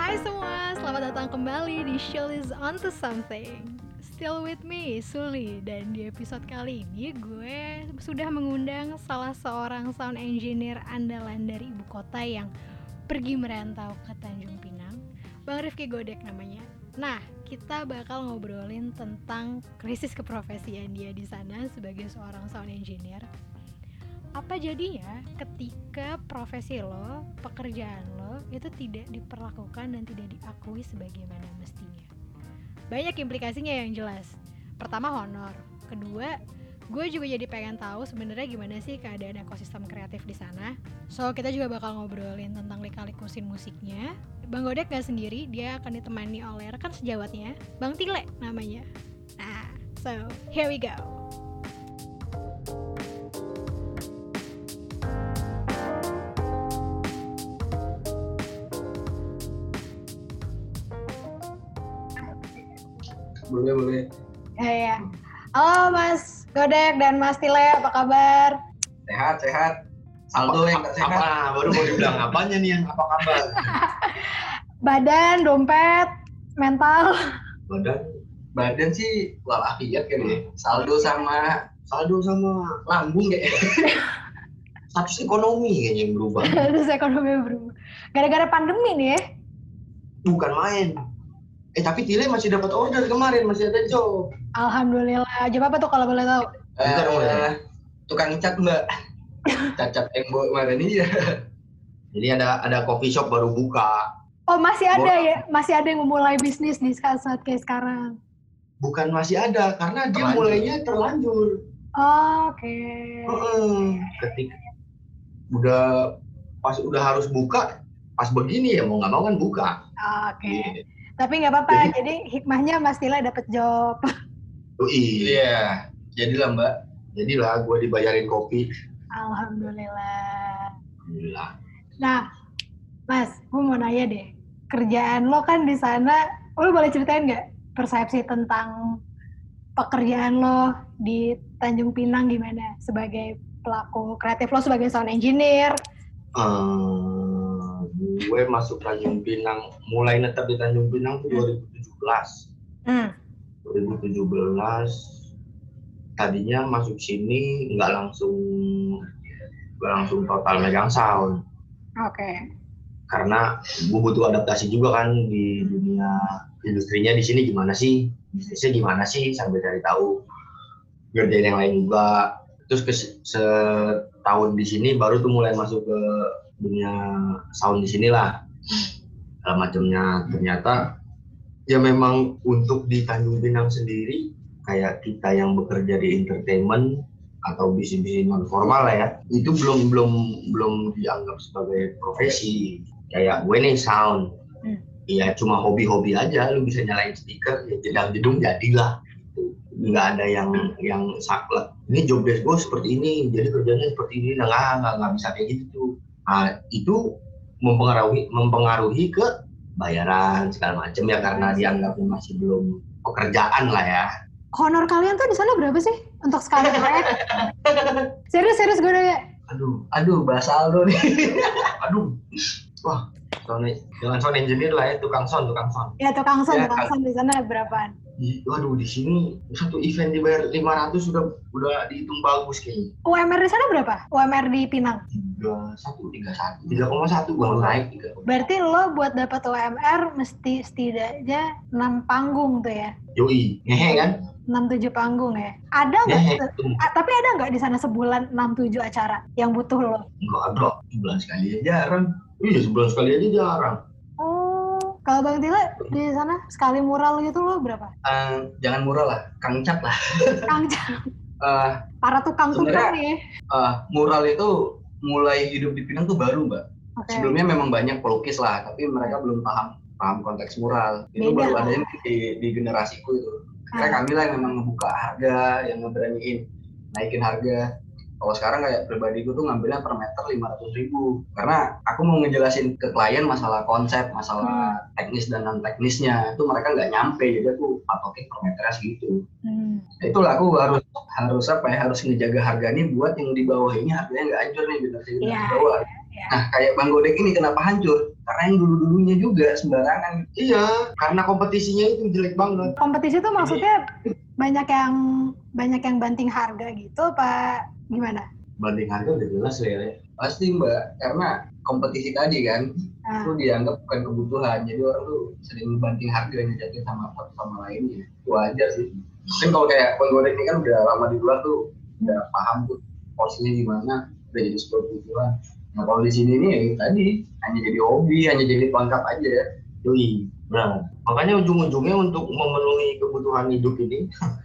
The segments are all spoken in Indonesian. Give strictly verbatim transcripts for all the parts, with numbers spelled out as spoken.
Hai semua, selamat datang kembali di Show is Onto Something. Still with me, Suli. Dan di episode kali ini gue sudah mengundang salah seorang sound engineer andalan dari ibu kota yang pergi merantau ke Tanjung Pinang, Bang Rifki Godek namanya. Nah, kita bakal ngobrolin tentang krisis keprofesian dia di sana sebagai seorang sound engineer. Apa jadinya ketika profesi lo, pekerjaan lo itu tidak diperlakukan dan tidak diakui sebagaimana mestinya? Banyak implikasinya yang jelas. Pertama, honor. Kedua, gue juga jadi pengen tahu sebenarnya gimana sih keadaan ekosistem kreatif di sana. So, kita juga bakal ngobrolin tentang lika-liku scene musiknya. Bang Godek gak sendiri, dia akan ditemani oleh rekan sejawatnya, Bang Tile namanya. Nah, so here we go. Boleh, boleh. Ya, ya. Halo Mas Godek dan Mas Tile, apa kabar? Sehat, sehat. Saldo yang gak sehat. Apa? Baru mau dibilang apanya nih yang apa kabar? Badan, dompet, mental. Badan, badan sih walafiat kan ya. Saldo sama Saldo sama lambung kayak. Status ekonomi kayaknya yang berubah. Terus ekonomi berubah. Gara-gara pandemi nih ya? Bukan main. Eh tapi Tile masih dapat order kemarin, masih ada job. Alhamdulillah. Job apa tuh kalau boleh tahu? Bentar, eh, boleh. tukang cat mbak. Cacat embok kemarin ini ya. Jadi ada ada coffee shop baru buka. Oh masih ada Bo- ya? Masih ada yang memulai bisnis di saat saat kayak sekarang? Bukan masih ada, karena dia Terlanjur. mulainya terlanjur. Oh, oke. Heeh. Ketika udah pas udah harus buka, pas begini ya mau nggak mau kan buka. Oke. Iya. Tapi nggak apa-apa. Jadi hikmahnya Mas Tile dapet job. Oh iya. Iya, jadilah mbak. Jadilah gue dibayarin kopi. Alhamdulillah. Alhamdulillah. Nah, Mas, gue mau nanya deh. Kerjaan lo kan di sana, lo boleh ceritain nggak persepsi tentang pekerjaan lo di Tanjung Pinang gimana sebagai pelaku kreatif lo sebagai sound engineer? Uh, gue masuk Tanjung Pinang, mulai netap di Tanjung Pinang tuh dua ribu tujuh belas. Hmm. dua ribu tujuh belas tadinya masuk sini nggak langsung nggak langsung total megang sound, Oke. karena gue butuh adaptasi juga kan di dunia industrinya di sini gimana sih, bisnisnya gimana sih, sambil cari tahu ngerjain yang lain juga. Terus ke setahun di sini baru tuh mulai masuk ke dunia sound di sinilah. Segala macamnya. Ternyata ya memang untuk di Tanjung Pinang sendiri, kayak kita yang bekerja di entertainment atau bisnis-bisnis non formal lah ya, itu belum belum belum dianggap sebagai profesi. Kayak gue nih sound, ya cuma hobi-hobi aja, lu bisa nyalain speaker, ya jedang jedung jadilah. Nggak ada yang yang saklek. Ini job desk gue seperti ini, jadi kerjanya seperti ini. Nah, nggak nggak nggak bisa kayak gitu tuh. Nah, itu mempengaruhi mempengaruhi ke bayaran segala macam ya, karena dianggapnya masih belum pekerjaan lah ya. Honor kalian tuh di sana berapa sih untuk sekali proyek? serius serius gue nanya. Aduh, aduh bahasa Aldo nih. Aduh, wah, sound, jangan sound engineer lah ya, tukang sound, tukang sound. Ya tukang sound, Ya, tukang sound di sana berapaan? Di, waduh, di sini satu event dibayar lima ratus sudah udah dihitung bagus kayaknya. U M R di sana berapa? U M R di Pinang? tiga satu tiga satu tiga koma satu baru naik tiga. Berarti lo buat dapat U M R mesti setidaknya enam panggung tuh ya? Yoi, ngehe kan? enam tujuh panggung ya? Ada nggak? Ngehe. A- tapi ada nggak di sana sebulan enam tujuh acara yang butuh lo? Enggak ada, sebulan sekali aja jarang. Iya, sebulan sekali aja jarang. Oh, kalau Bang Tile di sana sekali mural gitu lo berapa? Uh, jangan murah lah, Kang Cat lah. Kang Jang. Uh, Para tukang-tukang Sebenarnya- nih. uh, mural itu mulai hidup di Pinang tuh baru mbak. Oke. Sebelumnya memang banyak pelukis lah, tapi mereka belum paham paham konteks mural. Itu Beda baru lah. ada yang di, di generasiku itu. Karena Ah. kami lah yang memang ngebuka harga, yang ngeberaniin naikin harga. Kalau sekarang kayak pribadi gue tuh ngambilnya per meter lima ratus ribu. Karena aku mau ngejelasin ke klien masalah konsep, masalah teknis dan non teknisnya. Itu mereka nggak nyampe, jadi aku patokin per meternya segitu. Hmm. Nah, itulah aku harus harus apa ya, harus ngejaga harga nih buat yang di bawah ini harganya nggak hancur nih, generasi Iya. di bawah. Ya. Nah kayak Bang Godek ini kenapa hancur? Karena yang dulu-dulunya juga sembarangan. Iya, karena kompetisinya itu jelek banget. Kompetisi tuh maksudnya banyak yang banyak yang banting harga gitu apa gimana? Banding harga udah jelas ya. Pasti Mbak, karena kompetisi tadi kan, Nah. itu dianggap bukan kebutuhan. Jadi orang tuh sering banting harga nyejakin sama satu sama lainnya. Itu aja sih. Mungkin kalau kayak Bang Godek ini kan udah lama di luar tuh, udah paham tuh porsinya gimana, udah jadi sebuah kebutuhan. Nah kalau di sini nih ya tadi hanya jadi hobi, hanya jadi pelengkap aja. Yoi, nah makanya ujung-ujungnya untuk memenuhi kebutuhan hidup ini,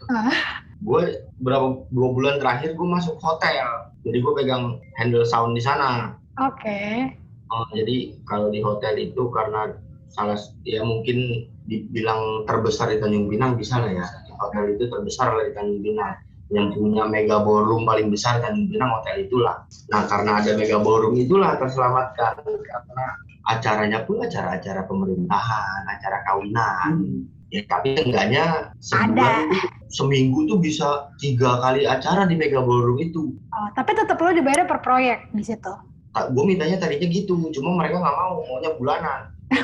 gue berapa dua bulan terakhir gue masuk hotel, jadi gue pegang handle sound di sana. Oke. Okay. Oh, jadi kalau di hotel itu karena salah ya mungkin dibilang terbesar di Tanjung Pinang bisa lah ya. Hotel itu terbesar lah di Tanjung Pinang. Yang punya mega ballroom paling besar Tanjung Pinang hotel itulah. Nah karena ada mega ballroom itulah terselamatkan karena acaranya pun acara-acara pemerintahan, acara kawinan. Hmm. Ya tapi enggaknya sebulan tuh, seminggu tuh bisa tiga kali acara di mega ballroom itu. Oh, tapi tetap lo dibayar per proyek di situ. Gue mintanya tadinya gitu, cuma mereka nggak mau, maunya bulanan.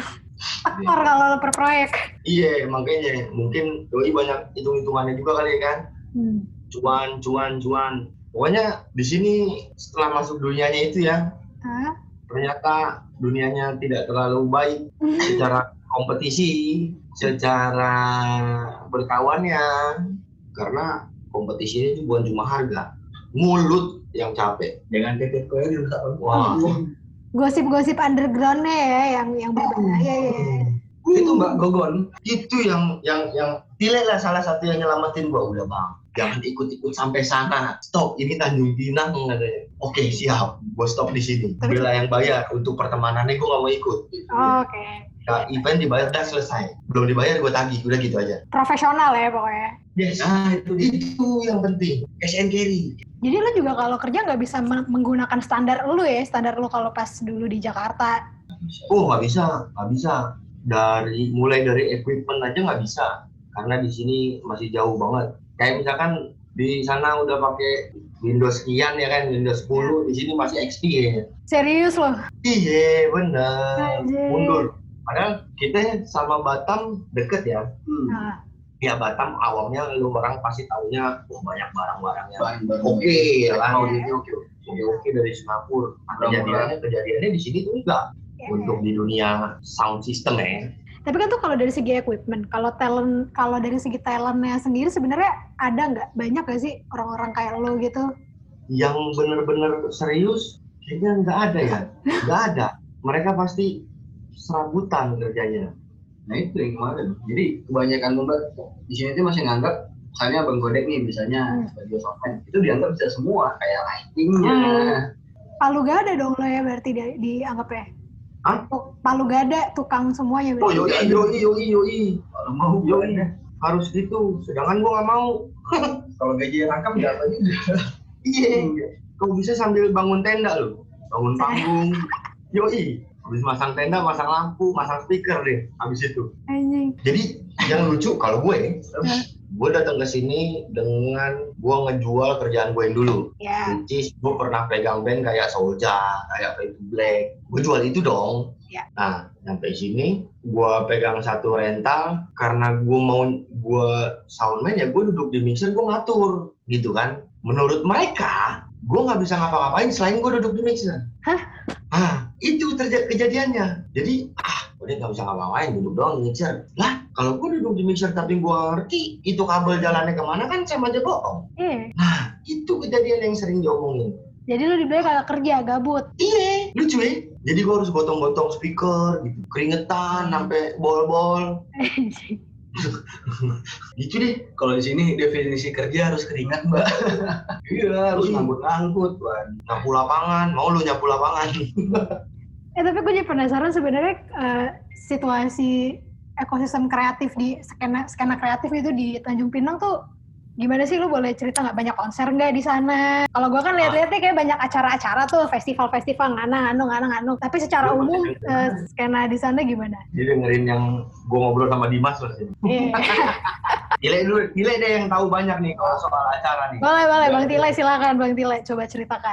Aktor kalau per proyek. Iya, makanya mungkin doi banyak hitung-hitungannya juga kali ya kan. Hmm. Cuan, cuan, cuan. Pokoknya di sini setelah masuk dunianya itu ya, huh? Ternyata dunianya tidak terlalu baik secara kompetisi, secara berkawannya, karena kompetisinya itu bukan cuma harga, mulut yang capek. Dengan titik kowe rusak. Wah. Gosip-gosip undergroundnya ya, yang yang berbahaya ya. Uh, itu Mbak Gogon. Itu yang yang yang Tile lah salah satu yang nyelamatin gua. Udah bang, jangan ikut-ikut sampai sana. Stop, ini Tanjung Pinang katanya. Oke siap, gua stop di sini. Bila yang bayar untuk pertemanannya gua nggak mau ikut. Oh, Oke. Okay. Nah, event dibayar udah selesai. Belum dibayar gua tagih, udah gitu aja. Profesional ya pokoknya. Yes. Nah itu itu yang penting. Cash and carry. Jadi lu juga kalau kerja nggak bisa menggunakan standar lu ya, standar lu kalau pas dulu di Jakarta. Oh nggak bisa, nggak bisa. Dari mulai dari equipment aja nggak bisa, karena di sini masih jauh banget. Kayak misalkan di sana udah pakai Windows sekian ya kan, Windows sepuluh, di sini masih X P ya. Serius loh? Iya benar, mundur. Padahal kita sama Batam deket ya. Hmm. Nah. Ya Batam awamnya lu orang pasti taunya oh, banyak barang-barangnya. Oke okay, lah, ini oke oke oke dari Singapura. Kejadiannya kejadiannya di sini tuh enggak. Yeah. Untuk di dunia sound system ya. Tapi kan tuh kalau dari segi equipment, kalau talent, kalau dari segi talentnya sendiri sebenarnya ada nggak banyak nggak sih orang-orang kayak lo gitu? Yang benar-benar serius kayaknya nggak ada ya, nggak ada. Mereka pasti serabutan kerjanya. Nah itu yang kemarin. Jadi kebanyakan Mbak di sini tuh masih nganggap, misalnya Bang Godek nih, misalnya hmm. sebagai softman, itu dianggap bisa semua, kayak lightingnya. Hmm. Palu gada dong lo ya berarti di, dianggap ya? Hah? Palu gada, tukang semuanya berarti. Oh yoi yoi yoi yoi. Kalau mau yoi. Harus gitu, sedangkan gua nggak mau. Kalau gaji rangkap nggak apa juga. Iya. Kau bisa sambil bangun tenda lo, bangun panggung. Yoi. Habis masang tenda, masang lampu, masang speaker deh, habis itu. Anjing. Jadi yang lucu kalau gue, gue datang ke sini dengan gue ngejual kerjaan gue yang dulu. Yeah. Which is gue pernah pegang band kayak Soulja, kayak Fade to Black. Gue jual itu dong. Yeah. Nah, sampai sini gue pegang satu rental karena gue mau gue soundman ya gue duduk di mixer gue ngatur gitu kan. Menurut mereka gue nggak bisa ngapa-ngapain selain gue duduk di mixer. Hah? Ah, itu terjadi kejadiannya. Jadi, ah, gue nggak bisa ngapa-ngapain, duduk doang di mixer. Lah, kalau gue duduk di mixer tapi gue ngerti itu kabel jalannya kemana kan sama aja bohong. Iya. Nah, itu kejadian yang sering diomongin. Jadi lu dibilang kagak kerja, gabut. Iya, lucu ya. Jadi gue harus gotong-gotong speaker, gitu. Keringetan, sampai bol-bol. Gitu deh. Kalau di sini definisi kerja harus keringat Mbak. Iya, harus ngangkut-ngangkut, nyapu lapangan. Mau lu nyapu lapangan? Eh tapi gue jadi penasaran sebenarnya uh, situasi ekosistem kreatif di skena skena kreatif itu di Tanjung Pinang tuh gimana sih? Lu boleh cerita nggak, banyak konser nggak di sana? Kalau gue kan lihat-lihatnya kayak banyak acara-acara tuh, festival-festival ngana nganu ngana nganu. Tapi secara umum uh, skena di sana gimana? Jadi dengerin yang gue ngobrol sama Dimas loh sih. Tile dulu, Tile deh yang tahu banyak nih kalau soal acara nih. Boleh boleh, Bang Tile silakan Bang Tile, coba ceritakan.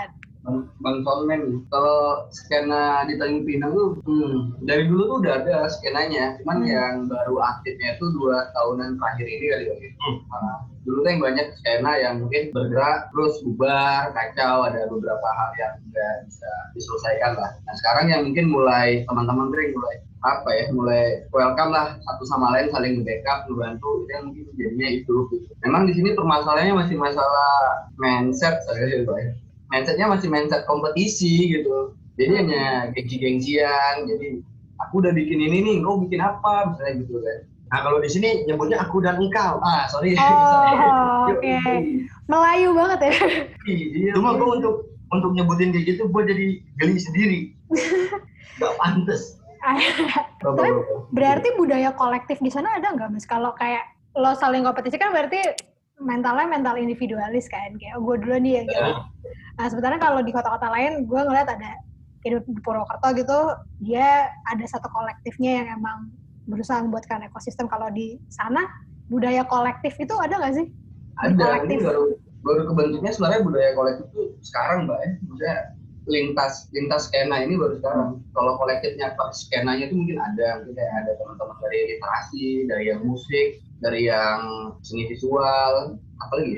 Bang, Bang Solmen. Kalau skena di Tanjung Pinang tuh, hmm, dari dulu tuh udah ada skenanya, cuman Hmm. yang baru aktifnya itu dua tahunan terakhir ini kali ya. Hmm. Nah, dulu tuh yang banyak skena yang mungkin bergerak terus bubar, kacau, ada beberapa hal yang nggak bisa diselesaikan lah. Nah sekarang yang mungkin mulai teman-teman tuh yang mulai apa ya, mulai welcome lah satu sama lain, saling backup, membantu, itu yang mungkin jadinya itu. Gitu. Memang di sini permasalahannya masih masalah mindset saya gitu ya. Mindsetnya masih mindset kompetisi gitu. Jadi hanya gengsi-gengsian. Jadi aku udah bikin ini nih, kau bikin apa misalnya gitu kan. Nah kalau di sini nyebutnya aku dan engkau. Ah sorry. Oh, oke. Melayu banget ya. Iya. Cuma gue untuk untuk nyebutin kayak gitu gue jadi geli sendiri. Gak pantes. Tapi berarti budaya kolektif di sana ada nggak Mas? Kalau kayak lo saling kompetisi kan berarti mentalnya mental individualis kan, kayak gue dulu nih ya gitu. Nah sebenarnya kalau di kota-kota lain gue ngeliat ada hidup di Purwokerto gitu, dia ada satu kolektifnya yang emang berusaha membuatkan ekosistem. Kalau di sana budaya kolektif itu ada nggak sih? Ada, kolektif. Ini baru baru kebentuknya sebenarnya budaya kolektif itu sekarang mbak ya, maksudnya lintas lintas skena ini baru sekarang. Kalau kolektifnya per skenanya itu mungkin ada, mungkin kayak ada teman-teman dari literasi, dari yang musik, dari yang seni visual, apa lagi?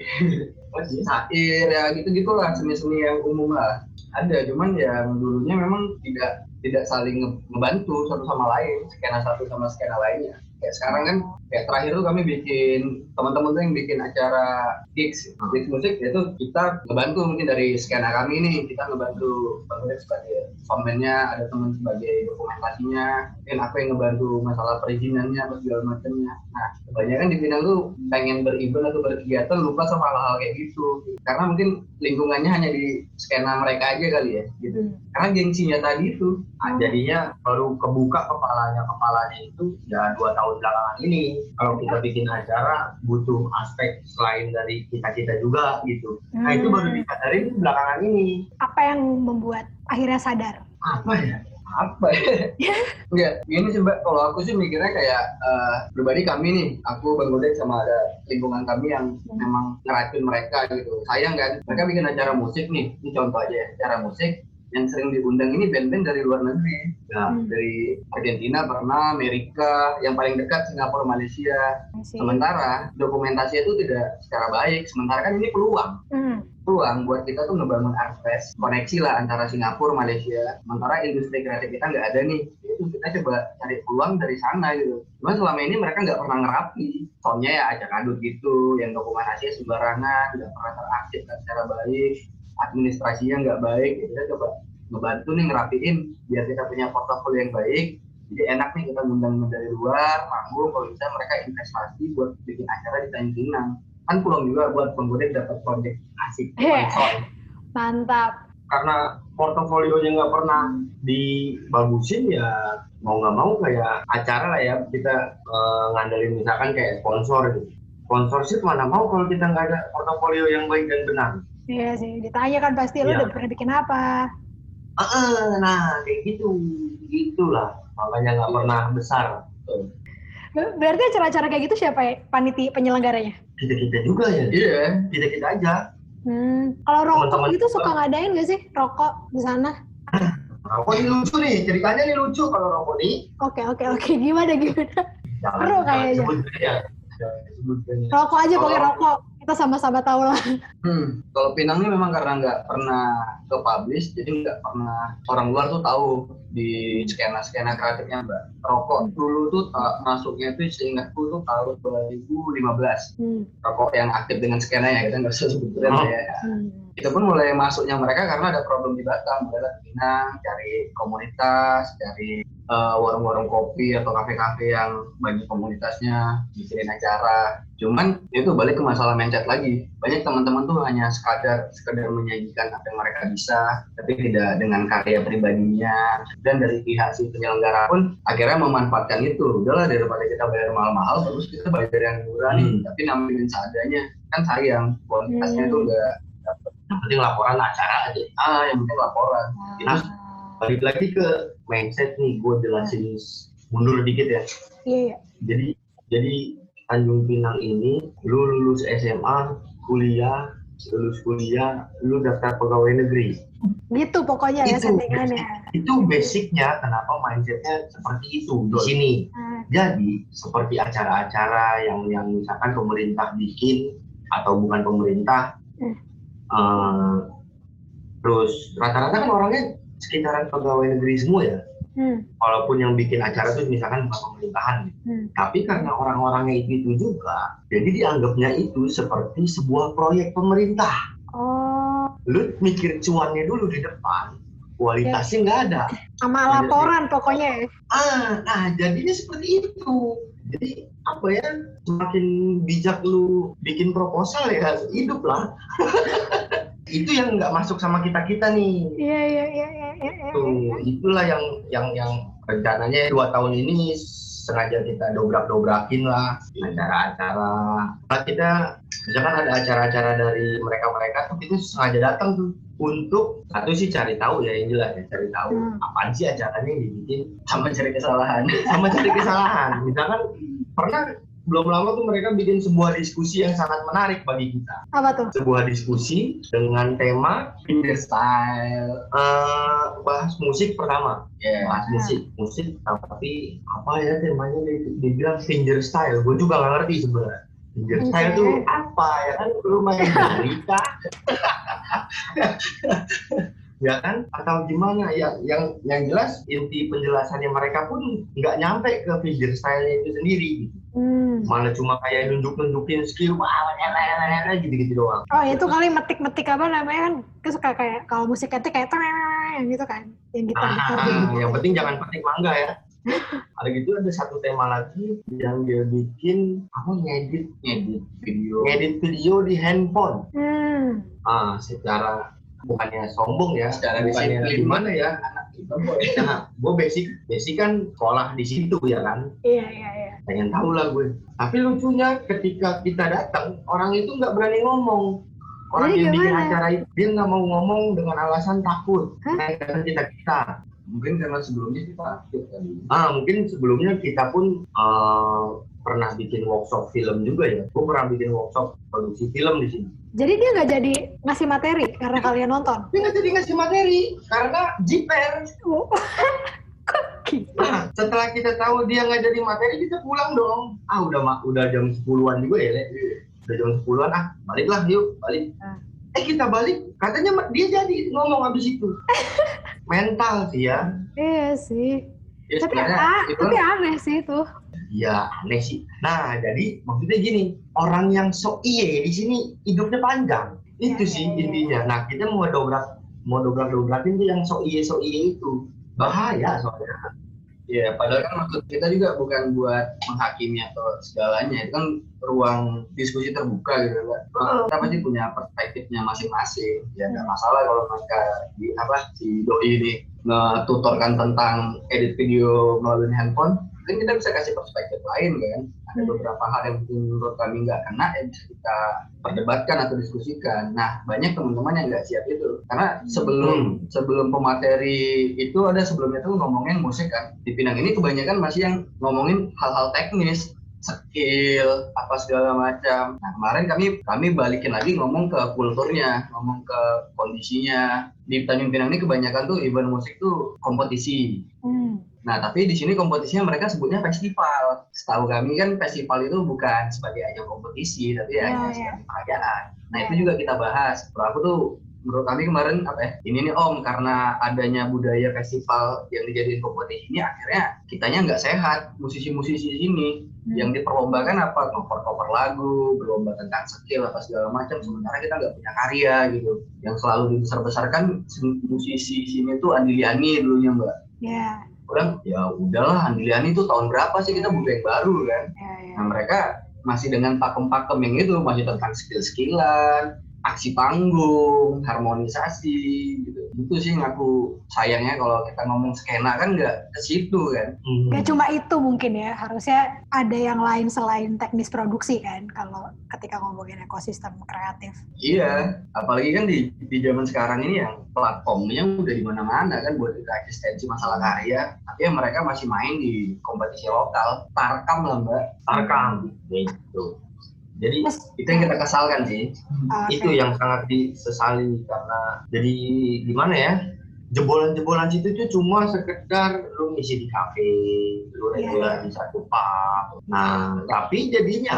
Sair ya gitu-gitu lah, seni-seni yang umum lah. Ada, cuman yang dulunya memang tidak tidak saling ngebantu satu sama lain, skena satu sama skena lainnya. Kayak sekarang kan, kayak terakhir tuh kami bikin, teman-teman tuh yang bikin acara gigs, gigs musik, itu kita ngebantu mungkin dari skena kami nih, kita ngebantu penulis sebagai soundman-nya, ada teman sebagai dokumentasinya, mungkin aku yang ngebantu masalah perizinannya atau segala macamnya. Nah, kebanyakan di Pinang tuh pengen berevent atau berkegiatan lupa sama hal-hal kayak gitu, karena mungkin lingkungannya hanya di skena mereka aja kali ya, gitu. Karena gengsinya tadi itu, nah, jadinya baru kebuka kepalanya kepalanya itu ya dua tahun belakangan ini. Kalau kita bikin acara butuh aspek selain dari kita-kita juga gitu. Hmm. Nah itu baru disadarin belakangan ini. Apa yang membuat akhirnya sadar? Apa ya? Apa ya? Enggak, gini sih mbak, kalau aku sih mikirnya kayak uh, pribadi kami nih, aku Bang Godek sama ada lingkungan kami yang hmm. memang ngeracun mereka gitu. Sayang kan, mereka bikin acara musik nih, ini contoh aja ya, acara musik yang sering diundang ini band-band dari luar negeri, ya, hmm. dari Argentina pernah, Amerika, yang paling dekat Singapura, Malaysia. Sementara dokumentasi itu tidak secara baik, sementara kan ini peluang. Hmm. Peluang buat kita tuh ngebangun akses, koneksi lah antara Singapura, Malaysia. Sementara industri kreatif kita nggak ada nih, itu kita coba cari peluang dari sana gitu. Cuma selama ini mereka nggak pernah ngerapi, soalnya ya acak-adut gitu, yang dokumentasinya sembarangan, nggak pernah teraktifkan secara baik, administrasinya nggak baik. Kita coba ngebantu nih ngerapiin biar kita punya portofolio yang baik. Jadi enak nih kita ngundang dari luar, manggung, kalau bisa mereka investasi buat bikin acara di Tanjung Pinang. Kan peluang juga buat penggodek dapat proyek asik. Yeah. Mantap. Karena portofolionya nggak pernah dibagusin ya mau nggak mau kayak acara lah ya, kita uh, ngandelin misalkan kayak sponsor gitu. Sponsorship mana mau kalau kita nggak ada portofolio yang baik dan benar. Iya sih, ditanya kan pasti lo udah pernah bikin apa. Uh, nah kayak gitu, gitulah makanya nggak pernah besar. Berarti acara-acara kayak gitu siapa ya panitia penyelenggaranya? Kita kita juga ya, iya kita kita aja. Hmm. Kalau rokok Teman-teman gitu suka ngadain nggak sih rokok di sana? Rokok ini lucu nih, ceritanya nih lucu kalau rokok nih. Oke oke oke, gimana gimana? Jangan, Seru kayaknya. Rokok aja pakai rokok. Kita sama-sama tahu lah. Hmm, kalau Pinang ini memang karena nggak pernah ke publish, jadi nggak pernah orang luar tuh tahu di skena-skena kreatifnya mbak. Rokok dulu tuh ta- masuknya tuh seingatku tuh tahun dua ribu lima belas. Hmm. Rokok yang aktif dengan skenanya, kita nggak usah sebutkan oh. ya. Hmm. Itu pun mulai masuknya mereka karena ada problem di Batam, mereka ke Pinang, cari komunitas, cari uh, warung-warung kopi atau kafe-kafe yang bagi komunitasnya, bikinin acara. Cuman itu balik ke masalah mindset lagi. Banyak teman-teman tuh hanya sekadar sekadar menyajikan apa yang mereka bisa, tapi tidak dengan karya pribadinya. Dan dari pihak si penyelenggara pun akhirnya memanfaatkan itu. Udahlah daripada kita bayar mahal-mahal, terus kita bayar yang murah nih, hmm. tapi nampilin seadanya. Kan sayang, kualitasnya itu hmm. enggak dapat. Yang penting laporan acara aja. Ah, yang penting laporan. Terus balik lagi ke mindset nih, gue jelasin mundur dikit ya. Iya, iya. Jadi, jadi Tanjung Pinang ini, lu lulus S M A, kuliah, lulus kuliah, lu daftar pegawai negeri. Gitu pokoknya ya Itu settingannya. Itu basicnya kenapa mindsetnya seperti itu di sini. Hmm. Jadi seperti acara-acara yang yang misalkan pemerintah bikin atau bukan pemerintah, Hmm. uh, terus rata-rata kan orangnya sekitaran pegawai negeri semua ya. Hmm. Walaupun yang bikin acara itu misalkan bukan pemerintahan, Hmm. tapi karena orang-orangnya itu, itu juga, jadi dianggapnya itu seperti sebuah proyek pemerintah. Oh. Lu mikir cuannya dulu di depan, kualitasnya nggak ada. Sama laporan pokoknya ya. Ah, nah jadinya seperti itu. Jadi apa ya, semakin bijak lu bikin proposal ya hidup lah. Itu yang nggak masuk sama kita kita nih. Iya iya iya iya. iya. Tuh, itulah yang yang yang rencananya dua tahun ini sengaja kita dobrak-dobrakin lah acara-acara. Nah, kita misalkan ada acara-acara dari mereka-mereka tuh kita sengaja datang tuh untuk satu sih cari tahu ya, yang jelas ya, cari tahu Hmm. apaan sih acaranya yang dibikin, sama cari kesalahan. sama cari kesalahan. Misalkan pernah belum lama tuh mereka bikin sebuah diskusi yang sangat menarik bagi kita. Apa tuh? Sebuah diskusi dengan tema Fingerstyle. uh, bahas musik pertama. Ya. Bahas musik, musik tapi apa ya temanya, dia dibilang fingerstyle. Gue juga nggak ngerti sebenarnya. Fingerstyle Oke. tuh apa ya kan? Lu main jari kah? Ya kan? Atau gimana ya? Yang yang jelas inti penjelasannya mereka pun nggak nyampe ke fingerstyle itu sendiri. Hmm. Malah cuma kayak nunjuk-nunjukin skill, wah, elah, gitu-gitu doang. Oh itu kali metik-metik apa namanya kan? Kan suka kayak kalau musik ketik kayak yang gitu kan? Yang gitar gitar gitu. Ah, yang penting jangan petik mangga ya. Ada gitu, ada satu tema lagi yang dia bikin apa, ngedit Ngedit video. ngedit video di handphone. Hmm. Ah, secara bukannya sombong ya, Secara bukannya disiplin. gimana ya, anak kita boy. Nah, gue basic basic kan sekolah di situ ya kan, Iya iya iya. pengen tahu lah gue. Tapi lucunya ketika kita datang, orang itu nggak berani ngomong. Orang Jadi yang bikin gimana? acara itu dia nggak mau ngomong dengan alasan takut. Hah? Karena kita kita. Mungkin karena sebelumnya kita aktif kali. Ah, mungkin sebelumnya kita pun uh, pernah bikin workshop film juga ya. Gue pernah bikin workshop produksi film di sini. Jadi dia nggak jadi ngasih materi karena kalian nonton. Dia nggak jadi ngasih materi karena jiper. Oh. Kok gitu? Nah, setelah kita tahu dia nggak jadi materi, kita pulang dong. Ah, udah mak, udah jam sepuluhan juga ya, Le. Udah jam sepuluhan, ah, baliklah yuk, balik. Ah. Eh, kita balik, katanya dia jadi ngomong abis itu. Mental sih ya. Iya sih. Ya, Tapi sebenarnya ah, itu tapi kan- aneh sih itu. ya aneh sih. Nah, jadi maksudnya gini, orang yang sok iye di sini hidupnya panjang. Itu Ya, sih ya, ya. intinya. Nah, kita mau dobrak, mau dobrak-dobrakin tuh yang sok iye sok iye itu. Bahaya soalnya. Ya, padahal kan maksud kita juga bukan buat menghakimi atau segalanya. Itu kan ruang diskusi terbuka gitu kan. Kita pasti punya perspektifnya masing-masing. Ya nggak masalah kalau mereka di apa si doi ini nge-tutorkan tentang edit video melalui handphone. Kan kita bisa kasih perspektif lain kan. Ada Hmm. beberapa hal yang mungkin menurut kami nggak kena yang bisa kita perdebatkan atau diskusikan. Nah, banyak teman-teman yang nggak siap itu. Karena sebelum sebelum pemateri itu ada sebelumnya tuh ngomongin musik kan. Di Pinang ini kebanyakan masih yang ngomongin hal-hal teknis, skill, apa segala macam. Nah, kemarin kami kami balikin lagi ngomong ke kulturnya, ngomong ke kondisinya. Di Tanjung Pinang ini kebanyakan tuh event musik tuh kompetisi. Hmm. Nah, tapi di sini kompetisinya mereka sebutnya festival. Setahu kami kan festival itu bukan sebagai ajang kompetisi, tapi Ya, hanya ya. sebagai perayaan. Nah, Ya. itu juga kita bahas. Kalau aku tuh, menurut kami kemarin apa ya? Ini nih Om, karena adanya budaya festival yang dijadiin kompetisi ini, akhirnya kitanya nggak sehat. Musisi-musisi sini Hmm. yang diperlombakan apa? Cover-cover lagu, berlomba tentang skill apa segala macam. Sementara kita nggak punya karya gitu. Yang selalu dibesar-besarkan musisi sini tuh Andi Liani dulunya Mbak. Ya. Orang ya udahlah Andi Liani itu tahun berapa sih, kita buka yang baru kan. Ya, ya. Nah mereka masih dengan pakem-pakem yang itu, masih tentang skill-skillan, aksi panggung, harmonisasi gitu. Itu sih yang aku sayangnya kalau kita ngomong skena kan nggak ke situ kan. Hmm. Gak cuma itu mungkin ya, harusnya ada yang lain selain teknis produksi kan kalau ketika ngomongin ekosistem kreatif. Iya, apalagi kan di di zaman sekarang ini yang platformnya udah di mana-mana kan buat kita eksistensi masalah karya. Tapi yang mereka masih main di kompetisi lokal, tarkam lah Mbak. Tarkam gitu. Jadi Terus, Itu yang kita kesalkan sih. oh, oke. itu yang sangat disesali karena jadi gimana ya, jebolan-jebolan situ tuh cuma sekedar lu ngisi di kafe, lu Iya, regular iya. di satu pub. Nah, tapi jadinya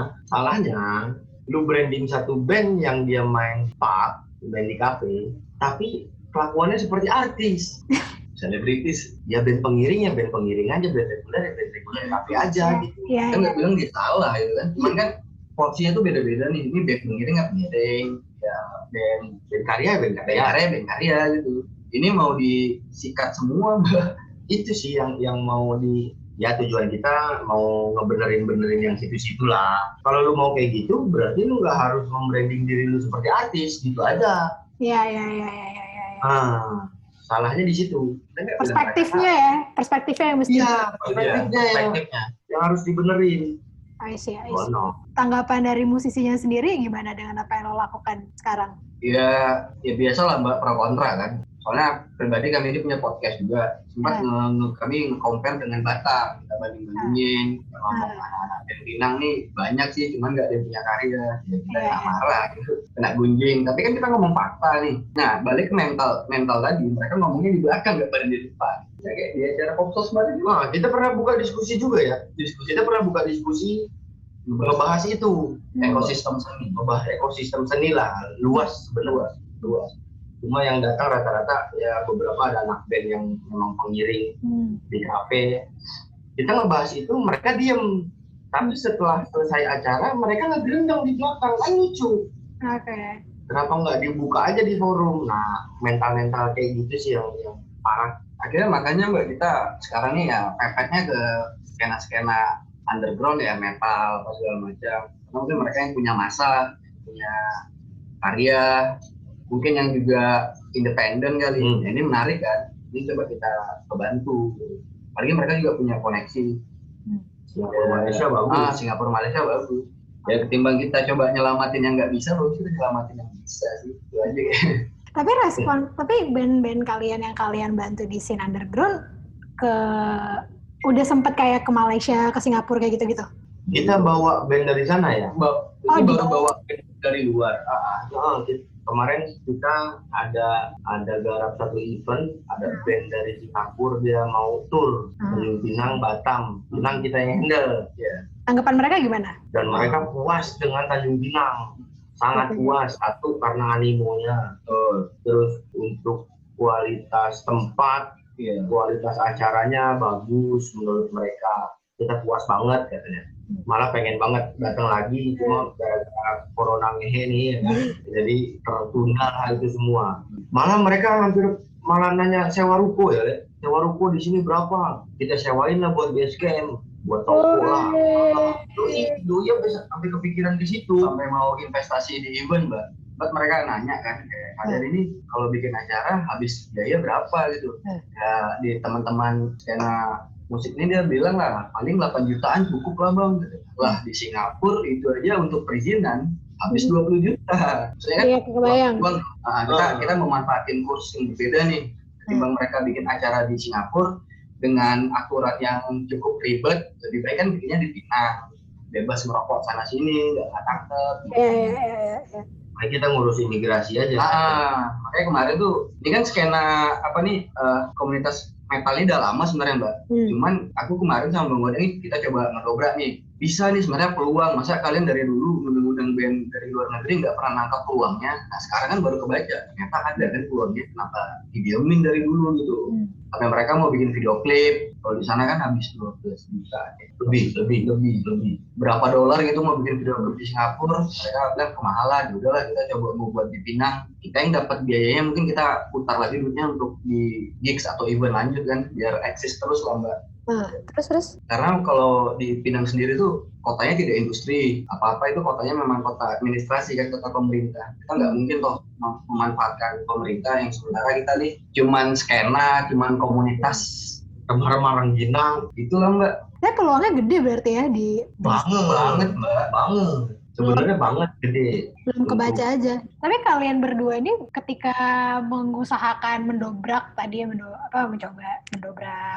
salahnya lu branding satu band yang dia main pub, main di kafe, tapi kelakuannya seperti artis. Selebritis, ya band pengiring ya band pengiring aja, band reguler ya band reguler kafe aja gitu. Iya, Kan iya. nggak bilang dia salah gitu kan. Cuman kan porsinya tuh beda-beda nih. Ini band pengiring nggak pengiring, ya band Band karya, band band karya. karya, band karya gitu. Ini mau disikat semua, Mbak. Itu sih yang yang mau di ya tujuan kita mau ngebenerin-benerin yang situ-situ lah. Kalau lu mau kayak gitu berarti lu nggak harus membranding diri lu seperti artis gitu aja. Iya, iya, iya, iya, iya, iya. Ah, salahnya di situ. Kita nggak bilang Perspektifnya ya, perspektifnya yang mesti. mereka- Iya, perspektifnya, yang, Perspektifnya. yang harus dibenerin. I see, I Oh see. no. Tanggapan dari musisinya sendiri gimana dengan apa yang lo lakukan sekarang? Ya, ya biasa lah Mbak, pro kontra kan. Soalnya pribadi kami ini punya podcast juga. Sempat Ah. nge- nge- kami nge-compare dengan Batam. Kita banding-bandingin. Kita ngomong Ah. anak-anak band Pinang nih banyak sih, cuman nggak ada yang punya karya. Ya kita Iya, nggak iya. marah gitu. Kena gunjing. Tapi kan kita ngomong fakta nih. Nah, balik ke mental mental tadi. Mereka ngomongnya di belakang, nggak pada di depan. Ya, kayak di acara Popsos kemarin juga. Nah, kita pernah buka diskusi juga ya. Diskusi kita pernah buka diskusi ngebahas itu, Ekosistem seni. ngebahas ekosistem seni lah, luas sebenarnya, luas. Cuma yang datang rata-rata ya beberapa ada anak band yang memang pengiring Hmm. di kafe. Kita ngebahas itu, mereka diem. Tapi setelah selesai acara, mereka ngegelendang di belakang, kan lucu. Oke. Kenapa nggak dibuka aja di forum? Nah, mental-mental kayak gitu sih yang, yang parah. Akhirnya makanya Mbak kita sekarang nih ya pepetnya ke skena-skena underground ya, metal apa segala macam. Karena mungkin mereka yang punya masa, punya karya, mungkin yang juga independen kali. Hmm. Ya, ini menarik kan. Ini coba kita kebantu. Apalagi mereka juga punya koneksi. Singapura Malaysia bagus. Ah, Singapura Malaysia bagus. Ya ketimbang kita coba nyelamatin yang nggak bisa, bagus kita nyelamatin yang bisa sih. Itu aja. Tapi respon, tapi band-band kalian yang kalian bantu di scene underground ke udah sempet kayak ke Malaysia, ke Singapura kayak gitu-gitu. Kita bawa band dari sana ya. Ba- Oh, ini baru di- bawa dari luar. Ah, Nah, kita- kemarin kita ada ada garap satu event, ada band dari Singapura dia mau tour Hmm. Tanjung Pinang, Batam. Pinang kita yang handle ya. Tanggapan mereka gimana? Dan mereka puas dengan Tanjung Pinang. Sangat Oke. puas, satu karena animonya, betul. terus untuk kualitas tempat, Iya. kualitas acaranya bagus menurut mereka. Kita puas banget katanya. Malah pengen banget datang lagi, cuma gara-gara corona ngehe nih ya kan. Jadi tertunda lah itu semua. Malah mereka hampir malah nanya sewa ruko ya, Le. Sewa ruko di sini berapa? Kita sewain lah buat base camp, buat toko lah. Doi, doi ya bisa sampai kepikiran di situ. Sampai mau investasi di event, Mbak. Mbak mereka nanya kan, kayak kalian ini kalau bikin acara habis biaya berapa gitu. Hmm. Ya di teman-teman skena musik ini dia bilang lah paling delapan jutaan cukup lah bang. Lah di Singapura itu aja untuk perizinan habis dua puluh juta. Saya kan Iya, kebayang. Bang, nah, kita Hmm. kita memanfaatin kurs yang berbeda nih. Ketimbang mereka bikin acara di Singapura dengan aturan yang cukup ribet, lebih baik kan bikinnya di Pinang. Bebas merokok sana sini, nggak tangkep. Iya, iya, iya, iya. Nah, kita ngurus imigrasi aja. Ah, makanya kemarin tuh, ini kan skena apa nih eh, komunitas metal ini udah lama sebenarnya Mbak. Hmm. Cuman aku kemarin sama Bang Goda ini kita coba ngedobrak nih. Bisa nih sebenarnya peluang. Masa kalian dari dulu ngundang-ngundang band dari luar negeri nggak pernah nangkap peluangnya. Nah sekarang kan baru kebaca. Ternyata ada kan peluangnya. Kenapa didiemin dari dulu gitu. Hmm. Sampai mereka mau bikin video klip. Kalau di sana kan habis dua belas juta. Lebih, lebih, Lebih, lebih. Berapa dolar gitu mau bikin video klip di Singapura. Mereka bilang kemahalan. Udahlah kita coba mau buat di Pinang. Kita yang dapat biayanya mungkin kita putar lagi duitnya untuk di gigs atau event lanjut kan. Biar eksis terus lah Mbak. Nah, terus terus. Karena kalau di Pinang sendiri tuh kotanya tidak industri, apa-apa itu kotanya memang kota administrasi kan, kota pemerintah. Kita nggak mungkin toh mem- memanfaatkan pemerintah yang sementara kita nih cuman skena, cuman komunitas remah-remah Rengginang. itulah Mbak. Ya peluangnya gede berarti ya di Banget, Banget Mbak. banget. Sebenarnya banget gede. belum kebaca aja. Tapi kalian berdua ini ketika mengusahakan mendobrak tadi ya mendo apa mencoba mendobrak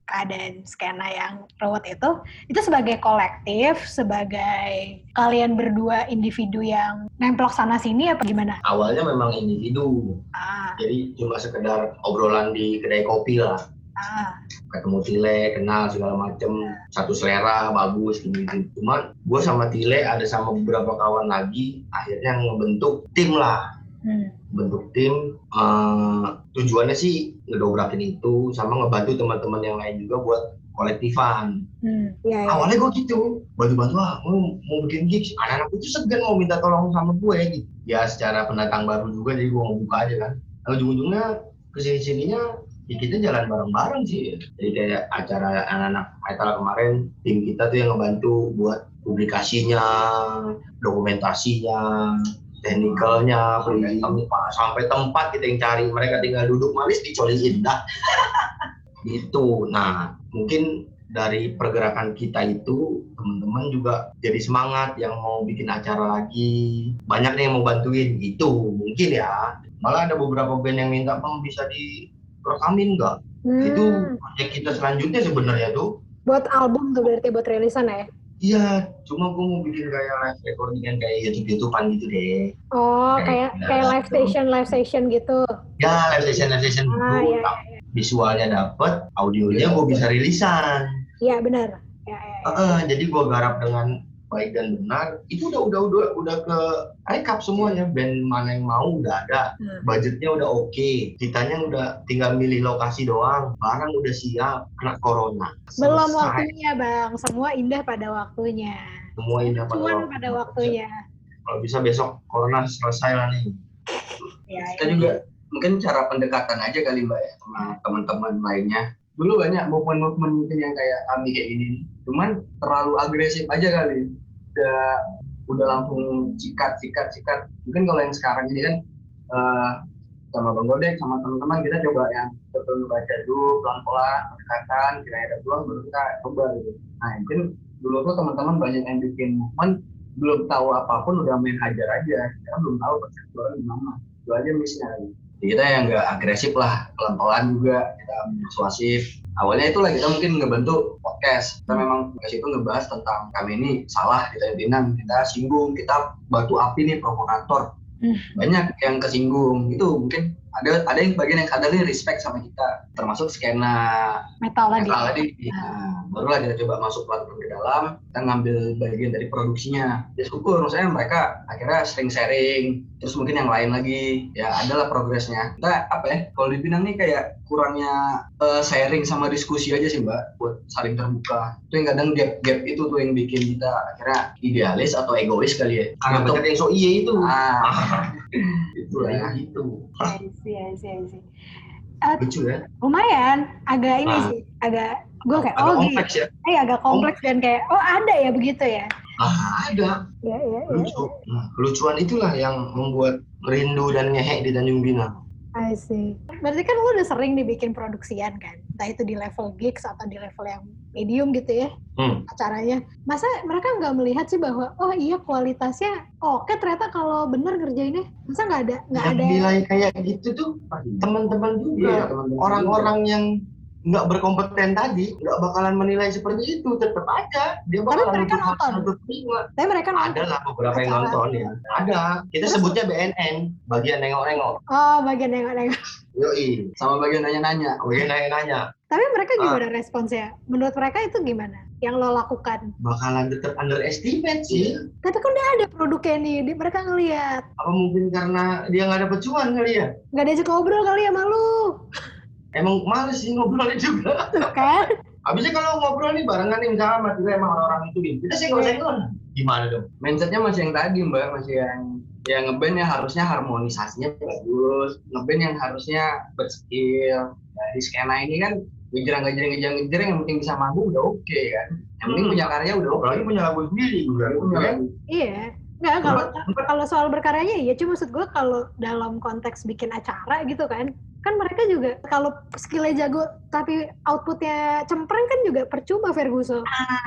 keadaan skena yang ruwet itu, itu sebagai kolektif, sebagai kalian berdua individu yang nemplok sana sini apa gimana? Awalnya memang individu, Ah, jadi cuma sekedar obrolan di kedai kopi lah. ah, Ketemu Tile, kenal segala macem, satu selera, bagus gitu. Cuman gue sama Tile ada sama beberapa kawan lagi, akhirnya ngebentuk tim lah. hmm. Bentuk tim, uh, tujuannya sih ngedobrakin itu sama ngebantu teman-teman yang lain juga buat kolektifan. Hmm. Ya, ya. Awalnya gue gitu, bantu-bantu ah, mau, mau bikin gigs, anak-anak itu segan mau minta tolong sama gue gitu. Ya secara pendatang baru juga, jadi gue mau buka aja kan. Lalu ujung-ujungnya kesini-sininya, ya kita jalan bareng-bareng sih. Jadi kayak acara anak-anak metal kemarin, tim kita tuh yang ngebantu buat publikasinya, dokumentasinya, teknikalnya, perizinan, sampai tempat kita yang cari, mereka tinggal duduk manis dicoliin dah. Itu. Nah, mungkin dari pergerakan kita itu teman-teman juga jadi semangat yang mau bikin acara lagi. Banyak nih yang mau bantuin gitu. Mungkin ya. Malah ada beberapa band yang minta, "Bang, bisa direkamin nggak?" Hmm. Itu proyek kita selanjutnya sebenarnya tuh. Buat album tuh berarti buat rilisan ya? Iya, cuma gue mau bikin kayak live recording yang kayak YouTube-YouTubean gitu deh. Oh, Kayak- kayak kayak live station, live station gitu. Ya, live session, live session Ah, dulu. iya, Visualnya dapet, audionya gue bisa rilisan. Iya, benar. Ya, ya, ya. Uh, jadi gue garap dengan baik dan benar. Itu udah udah udah udah ke rekap semuanya. Band mana yang mau udah ada. Hmm. Budgetnya udah oke. Kitanya udah tinggal milih lokasi doang. Barang udah siap. Kena corona. Belum Selesai. waktunya, Bang. Semua indah pada waktunya. Semua indah pada Cuman waktunya. pada waktunya. Kalau bisa besok corona selesai lah nih. Ya, Kita ya. juga mungkin cara pendekatan aja kali Mbak ya sama teman-teman lainnya. Dulu banyak movement-movement mungkin yang kayak kami kayak gini, cuman terlalu agresif aja kali. Udah udah langsung sikat sikat sikat. Mungkin kalau yang sekarang ini kan uh, sama Bang Godek sama teman-teman kita coba yang betul baca dulu pelan-pelan pendekatan, kira ada peluang baru kita coba gitu. Nah mungkin dulu tuh teman-teman banyak yang bikin movement belum tahu apapun udah main hajar aja, karena belum tahu persepsinya gimana. Itu aja misalnya. Jadi kita yang nggak agresif lah, pelan-pelan juga, kita persuasif. Awalnya itulah kita mungkin ngebentuk podcast. Kita memang podcast itu ngebahas tentang kami ini salah, kita intinan, kita singgung, kita batu api nih, provokator. Hmm. Banyak yang kesinggung, itu mungkin ada ada yang bagian yang kadang respect sama kita, termasuk skena Metal tadi. metal tadi. Nah, barulah kita coba masuk pelan-pelan ke dalam, kita ngambil bagian dari produksinya. Ya syukur, maksudnya mereka akhirnya sering sharing, terus mungkin yang lain lagi, ya adalah progresnya. Kita apa ya, kalau dibilang nih kayak kurangnya uh, sharing sama diskusi aja sih Mbak, buat saling terbuka. Itu yang kadang gap-gap itu tuh yang bikin kita akhirnya idealis atau egois kali ya. Karena banyak yang so iye itu. Ah, itu Kayak lah. gitu. I see, I see, I see. Uh, Lucu ya. lumayan, agak ini Ah. sih, agak gue kayak Agak oh gitu, kompleks ya. eh agak kompleks dan kayak oh ada ya begitu ya. Ah, ada. Ya, ya, ya. Lucu. Nah, kelucuan itulah yang membuat rindu dan ngehek di Tanjung Pinang. I see. Berarti kan lu udah sering dibikin produksian kan? Entah itu di level gigs atau di level yang medium gitu ya Hmm. acaranya. Masa mereka nggak melihat sih bahwa oh iya kualitasnya oke ternyata kalau bener ngerjainnya. Masa nggak ada nggak Yang ada nilai kayak gitu tuh teman-teman juga. Iya, teman-teman Orang-orang yang nggak berkompeten tadi nggak bakalan menilai seperti itu, tetap aja dia bakalan mereka untuk nonton. satu terima. tapi mereka Ada nonton. lah beberapa yang Acara. nonton ya. Ada. Kita Terus- sebutnya B N N, bagian nengok-nengok. Oh bagian nengok-nengok. Yoi, Sama bagian nanya-nanya. bagian nanya-nanya. Tapi mereka Ah. gimana responsnya? Menurut mereka itu gimana? Yang lo lakukan? Bakalan tetap underestimate sih. Tapi kan udah ada produknya nih, di- mereka ngelihat. Apa mungkin karena dia nggak dapet cuan kali ya? Nggak diajak ngobrol kali ya malu. Emang males sih ngobrolnya juga. Tuh kan? Habisnya kalau ngobrol nih barengan nih misalnya sama kita emang orang-orang itu kita sih nggak usah ikut. Gimana dong? Mindsetnya masih yang tadi Mbak, masih yang yang ngeband yang harusnya harmonisasinya bagus, ngeband yang harusnya berskill. Nah, di skena ini kan ngejerang ngejerang ngejerang ngejerang yang penting bisa manggung udah oke kan. Yang penting Hmm. punya karya udah oke. Apalagi punya lagu sendiri udah. Punya lagu. Iya. Nggak, kalau kalau soal berkaryanya ya cuma maksud gue kalau dalam konteks bikin acara gitu kan. Kan mereka juga kalau skillnya jago tapi outputnya cempreng kan juga percuma Ferguson.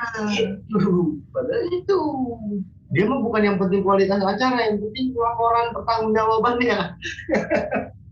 Itu, padahal itu. Dia mah bukan yang penting kualitas acara, yang penting laporan pertanggungjawabannya.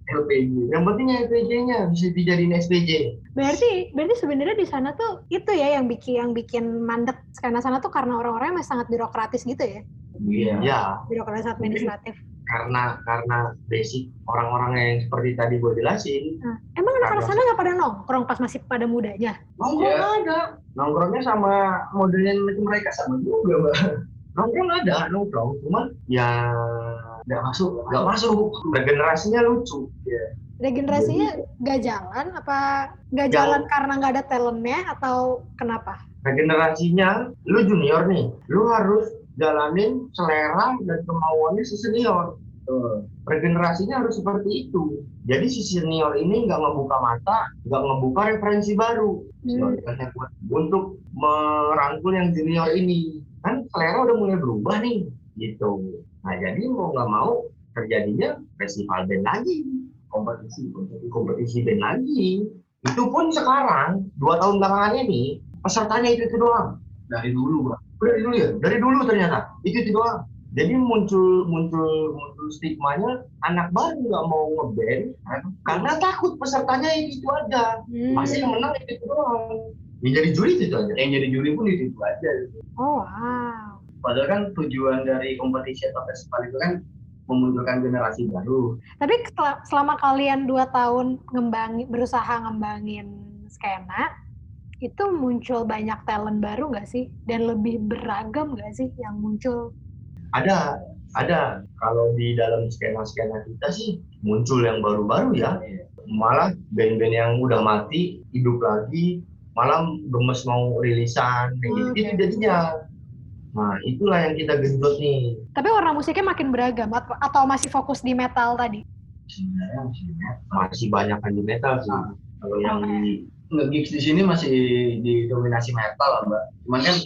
L P J. Yang penting L P J-nya bisa dijadiin S P J. Berarti berarti sebenarnya di sana tuh itu ya yang bikin yang bikin mandek karena sana tuh karena orang-orangnya masih sangat birokratis gitu ya. Iya. Ya. Birokratis administratif. Karena karena basic orang-orang yang seperti tadi gue jelasin. Nah, emang anak-anak sana nggak pada nongkrong pas masih pada mudanya? Nongkrong ya. Ada. Nongkrongnya sama modelnya mereka sama juga, Mbak. Nongkrong ada, nongkrong. Cuma ya nggak masuk, nggak masuk. Regenerasinya lucu. Ya. Regenerasinya nggak jalan apa nggak jalan karena nggak ada talentnya atau kenapa? Regenerasinya, lu junior nih, lu harus jalanin selera dan kemauannya si senior. Uh, regenerasinya harus seperti itu. Jadi si senior ini nggak ngebuka mata, nggak ngebuka referensi baru. Hmm. Untuk merangkul yang junior ini. Kan selera udah mulai berubah nih. Gitu. Nah jadi mau nggak mau terjadinya festival band lagi. Kompetisi, kompetisi, kompetisi band lagi. Itu pun sekarang, dua tahun belakangan ini, pesertanya itu, itu doang. Dari dulu, Bang. Dari dulu ya? Dari dulu ternyata. Itu itu doang. Jadi muncul muncul muncul stigmanya anak baru nggak mau ngeband karena takut pesertanya itu itu aja. Hmm. Masih yang menang itu, itu doang. Yang jadi juri itu, itu aja. Yang jadi juri pun itu itu aja. Oh wow. Padahal kan tujuan dari kompetisi atau festival itu kan memunculkan generasi baru. Tapi selama kalian dua tahun ngembangin, berusaha ngembangin skena, itu muncul banyak talent baru nggak sih? Dan lebih beragam nggak sih yang muncul? Ada, ada. Kalau di dalam skena-skena kita sih muncul yang baru-baru ya. Malah band-band yang udah mati hidup lagi, malah gemes mau rilisan, kayak gitu. Itu jadinya. Nah, itulah yang kita genjot nih. Tapi warna musiknya makin beragam atau masih fokus di metal tadi? Sebenarnya masih, masih banyak kan di metal sih. Nah, kalau yang di nge-gigs di sini masih didominasi metal lah, Mbak. Cuman kan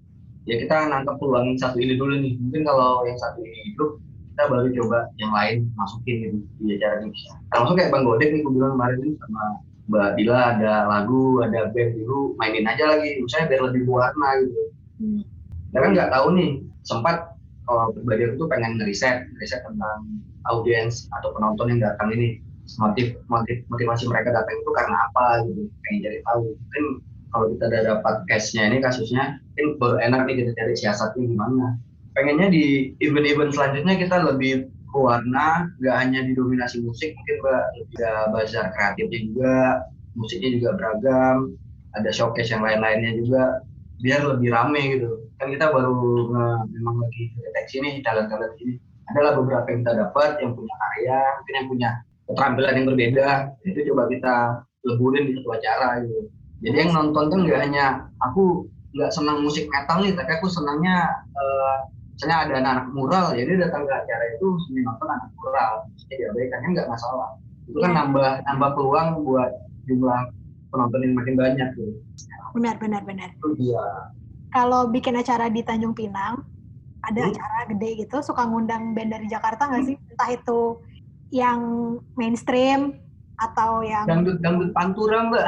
ya kita nangkep peluang yang satu ini dulu nih. Mungkin kalau yang satu ini hidup, kita baru coba yang lain masukin gitu di acara gigs. Termasuk kayak Bang Godek nih, gue bilang kemarin nih sama Mbak Dila ada lagu, ada band dulu, mainin aja lagi. Misalnya biar lebih berwarna gitu. Hmm. Kita kan nggak tahu nih, sempat kalau pribadi aku tuh pengen ngeriset, ngeriset tentang audiens atau penonton yang datang ini, motif, motif motivasi mereka datang itu karena apa gitu, pengen cari tahu. Mungkin kalau kita udah dapat case-nya ini, kasusnya, mungkin baru enak nih kita cari siasatnya gimana. Pengennya di event-event selanjutnya kita lebih berwarna, nggak hanya didominasi musik, mungkin juga bazar kreatifnya juga, musiknya juga beragam, ada showcase yang lain-lainnya juga, biar lebih rame gitu. Kan kita baru nge, memang lagi deteksi nih talent-talent ini. Adalah beberapa yang kita dapat yang punya karya, mungkin yang punya keterampilan yang berbeda, itu coba kita leburin di satu acara gitu. Jadi yang nonton tuh nggak hanya aku nggak senang musik metal nih, tapi aku senangnya uh, misalnya ada anak-anak mural, jadi datang ke acara itu sini nonton anak mural, jadi abaikannya nggak masalah. Itu kan nambah nambah peluang buat jumlah penonton yang makin banyak gitu. Benar, benar, benar. Itu dia. Kalau bikin acara di Tanjung Pinang, ada hmm. acara gede gitu, suka ngundang band dari Jakarta nggak sih? Entah itu yang mainstream atau yang dangdut-dangdut pantura, Mbak.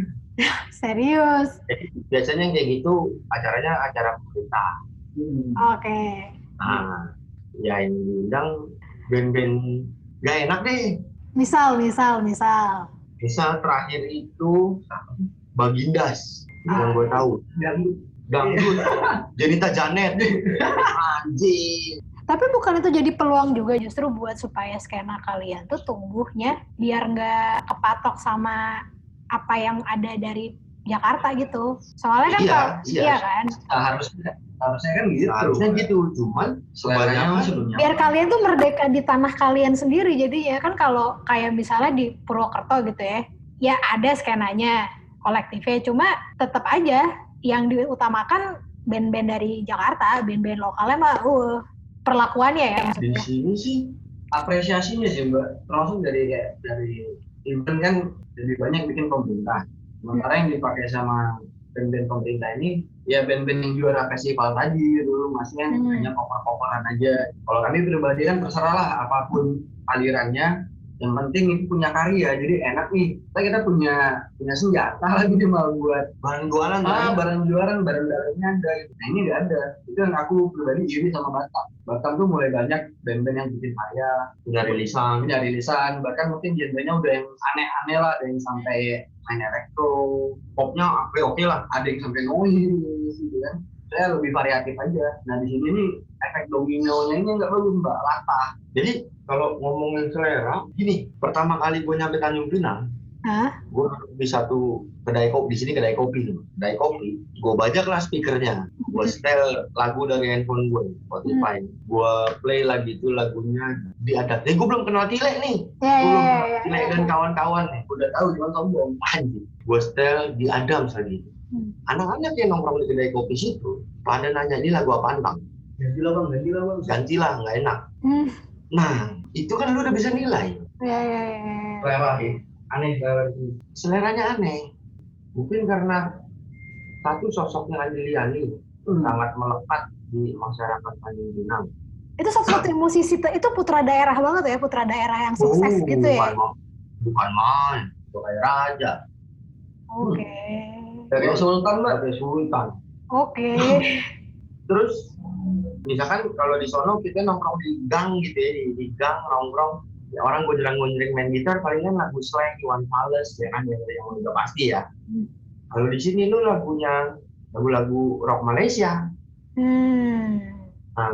Serius? Biasanya yang kayak gitu acaranya acara pemerintah. Hmm. Oke. Okay. Nah, ya yang diundang band-band gak enak deh. Misal, misal, misal. Misal terakhir itu Bagindas, ah. yang gue tahu. Dangdut. Dangdut. Janita Janet. Anjing. Tapi bukan itu jadi peluang juga justru buat supaya skena kalian tuh tumbuhnya biar nggak kepatok sama apa yang ada dari Jakarta gitu. Soalnya kan iya, kalau iya, iya kan. Nah, harusnya harusnya kan gitu. Harusnya gitu, cuman sebenarnya sebelumnya. Biar kalian tuh merdeka di tanah kalian sendiri. Jadi ya kan kalau kayak misalnya di Purwokerto gitu ya, ya ada skenanya kolektifnya, cuma tetap aja yang diutamakan band-band dari Jakarta, band-band lokalnya mah uh perlakuannya ya maksudnya. Di sini sih apresiasinya sih Mbak, termasuk dari kayak dari event kan lebih banyak bikin pemerintah. Sementara yang dipakai sama band-band pemerintah ini ya band-band yang juara festival tadi gitu, masih kan hmm. hanya cover-coveran aja. Kalau kami pribadi kan terserah lah apapun alirannya, Yang penting itu punya karya, jadi enak nih. Kita kita punya punya senjata lagi nih malah buat Barang jualan ah kan? barang jualan, barang dalamnya ada. Gitu. Nah ini nggak ada. Itu yang aku pribadi iri sama Batam. Batam tuh mulai banyak band-band yang bikin karya, Punya rilisan. punya rilisan, bahkan mungkin genrenya udah yang aneh-aneh lah, ada yang sampai main elektro, popnya oke oke lah, ada yang sampai noise gitu kan. Saya lebih variatif aja. Nah di sini nih efek dominonya ini nggak bagus mbak, rata. Jadi kalau ngomongin selera, gini, pertama kali gue nyampe Tanjung Pinang, Hah? gue di satu kedai kopi, di sini kedai kopi tuh, kedai kopi, gue bajak lah speakernya, gue setel lagu dari handphone gue, Spotify, hmm. gue play lagi itu lagunya diadat. Eh gue belum kenal Tile nih, Ya, gue belum ya, kenal ya, Tile ya. dan kawan-kawan nih, Udah tahu cuma sombong. anjing. Gue setel di Adams lagi. Hmm. Anak-anak yang nongkrong di kedai kopi situ, pada nanya ini lagu apaan bang? Gantilah bang, gantilah bang. Gantilah, nggak enak. Hmm. Nah, itu kan lu udah bisa nilai. Ya, ya, ya, ya. Selera sih, aneh selera sih. Seleranya aneh. Mungkin karena satu sosoknya Andiliani Hmm. sangat melekat di masyarakat Tanjung Pinang. Itu satu-satunya musisi te- itu putra daerah banget ya, putra daerah yang sukses Oh, gitu ya. Bukan, ma- bukan main, itu kayak raja, Oke. Dari Sultan mbak. kayak sultan. Oke. Terus misalkan kalau di sono kita nongkrong di gang gitu ya, di, di gang nongkrong, ya orang gonjreng-gonjreng main gitar palingan lagu slang, Iwan Fals ya kan, yang, yang udah pasti ya. Hmm. Kalau di sini lu lagunya lagu-lagu rock Malaysia. Hmm. Nah,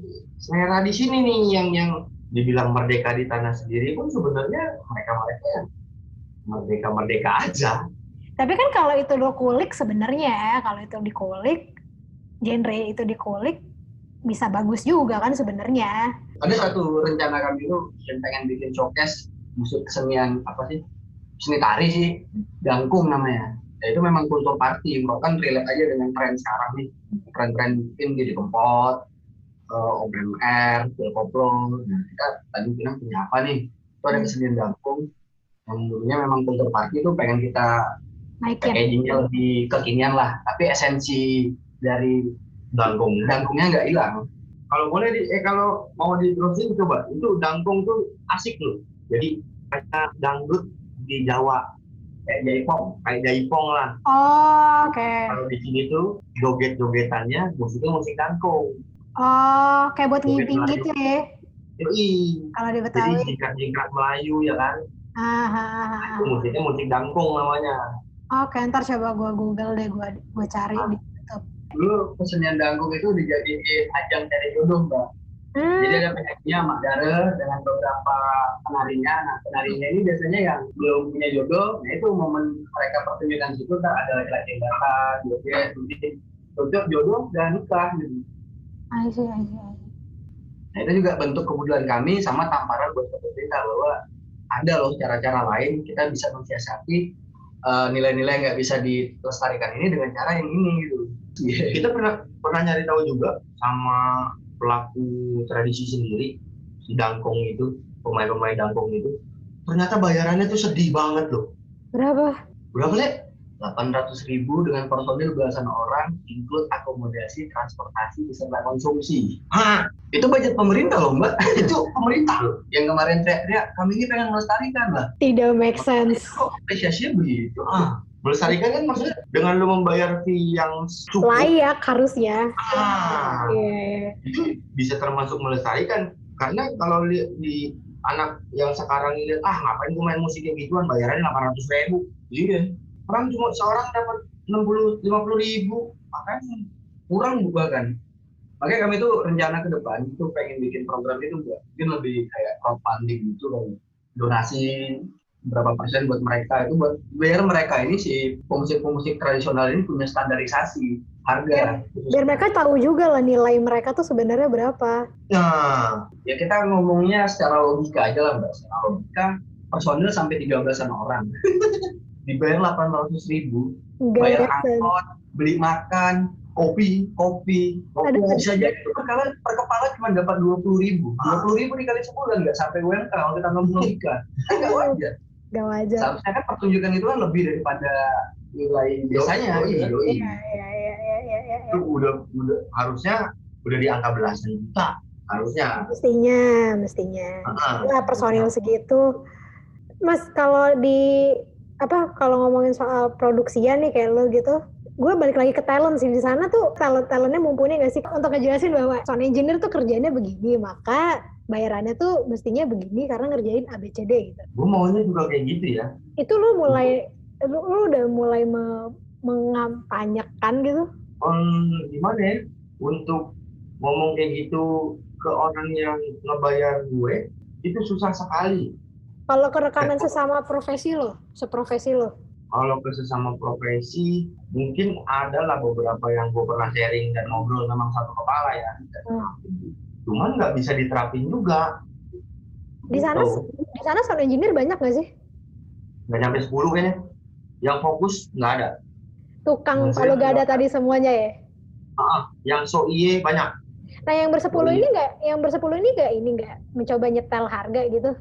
selera di sini nih yang yang dibilang merdeka di tanah sendiri pun sebenarnya mereka-mereka yang merdeka-merdeka aja. Tapi kan kalau itu lo kulik sebenarnya, kalau itu dikulik, genre itu dikulik, bisa bagus juga kan sebenarnya. Ada satu rencana kami itu yang pengen bikin showcase musik kesenian apa sih? Seni tari sih, Dangkung namanya. Ya itu memang kultur party, bro kan relate aja dengan tren sekarang nih. Tren-tren mungkin jadi Kempot, uh, O B M R, Bil Koplo. Nah, kita tadi bilang punya apa nih? Itu ada kesenian Dangkung yang dulunya memang kultur party itu pengen kita Naikin. packagingnya lebih kekinian lah, tapi esensi dari Dangkung. Dangkungnya nggak hilang. Kalau boleh di, eh kalau mau diterusin coba, itu dangkung tuh asik loh. Jadi kayak dangdut di Jawa, kayak jaipong, kayak jaipong lah. Oh, oke. Okay. Kalau di sini tuh joget-jogetannya musiknya musik dangkung. Oh, kayak buat Joget ngiping Melayu. gitu ya. Yoi. Kalau di Jadi Betawi. jingkrak-jingkrak Melayu ya kan. Ah, ah, ah, ah. Itu musiknya musik dangkung namanya. Oke, ntar coba gue Google deh, gue gue cari di YouTube. Dulu kesenian Dangkung itu dijadiin ajang cari jodoh mbak. Hmm. Jadi ada penyanyinya Mak Dare dengan beberapa penarinya. Nah penarinya ini biasanya yang belum punya jodoh. Nah itu momen mereka pertunjukan situ kan ada laki-laki yang datang, joget, mungkin cocok jodoh dan nikah gitu. I see, I see, I see. Nah itu juga bentuk kepedulian kami sama tamparan buat pemerintah bahwa ada loh cara-cara lain kita bisa mensiasati uh, nilai-nilai yang nggak bisa dilestarikan ini dengan cara yang ini gitu. Yeah. Kita pernah pernah nyari tahu juga sama pelaku tradisi sendiri si Dangkung itu, pemain-pemain Dangkung itu, ternyata bayarannya tuh sedih banget loh. Berapa? Berapa Lek? delapan ratus ribu dengan personil belasan orang, include akomodasi, transportasi, beserta konsumsi. Ah, Itu budget pemerintah loh mbak. Itu pemerintah loh. Yang kemarin teriak-teriak, kami ini pengen melestarikan lah. Tidak make sense. Kok apresiasinya begitu? ah, melestarikan kan maksudnya dengan lu membayar fee yang cukup. Layak harusnya. Ah, Iya. itu bisa termasuk melestarikan. Karena kalau li, di anak yang sekarang ini, ah ngapain gue main musik kayak gituan, bayarannya delapan ratus ribu. Iya. Orang cuma seorang dapat enam puluh lima puluh ribu, Makanya kurang bahkan. Makanya kami tuh rencana ke depan itu pengen bikin program itu mbak. Mungkin lebih kayak crowdfunding gitu kan. Donasi berapa persen buat mereka itu buat biar mereka ini si pemusik-pemusik tradisional ini punya standarisasi harga. Biar mereka tahu juga lah nilai mereka tuh sebenarnya berapa. nah, Ya kita ngomongnya secara logika aja lah mbak. Secara logika personil sampai tiga belasan orang. Dibayar delapan ratus ribu, Enggak bayar make sense. angkot, beli makan, kopi, kopi, kopi Aduh. bisa jadi itu per kepala, per kepala cuma dapat dua puluh ribu, dua puluh ribu dikali sebulan nggak sampai U M K kalau kita ngomong nikah, kan nggak wajar. Gak wajar. Seharusnya kan pertunjukan itu kan lebih daripada nilai biasanya. Yoi, Iya. yoi. Iya, iya, iya, iya, iya, iya. Itu udah udah harusnya udah di angka belasan juta harusnya. Mestinya, mestinya. Ah, Nah, personil segitu. Mas, kalau di apa kalau ngomongin soal produksian nih kayak lo gitu, gue balik lagi ke talent sih. Di sana tuh talent-talentnya mumpuni nggak sih untuk ngejelasin bahwa sound engineer tuh kerjanya begini, maka bayarannya tuh mestinya begini karena ngerjain A B C D gitu. Gue maunya juga kayak gitu ya. Itu lu mulai lu, lu udah mulai me, mengampanyekan gitu? Um, gimana ya? Untuk ngomong kayak gitu ke orang yang ngebayar gue itu susah sekali. Kalau ke rekanan sesama profesi lo, seprofesi lo? Kalau ke sesama profesi mungkin ada lah beberapa yang gue pernah sharing dan ngobrol memang satu kepala ya. Hmm. Cuman nggak bisa diterapin juga. Di sana gitu. Di sana sound engineer banyak nggak sih? Nggak nyampe sepuluh kayaknya. Yang fokus nggak ada. Tukang kalau nggak ada tadi semuanya ya? Ah, yang so iye banyak. Nah yang bersepuluh ini nggak, yang bersepuluh ini nggak ini nggak mencoba nyetel harga gitu?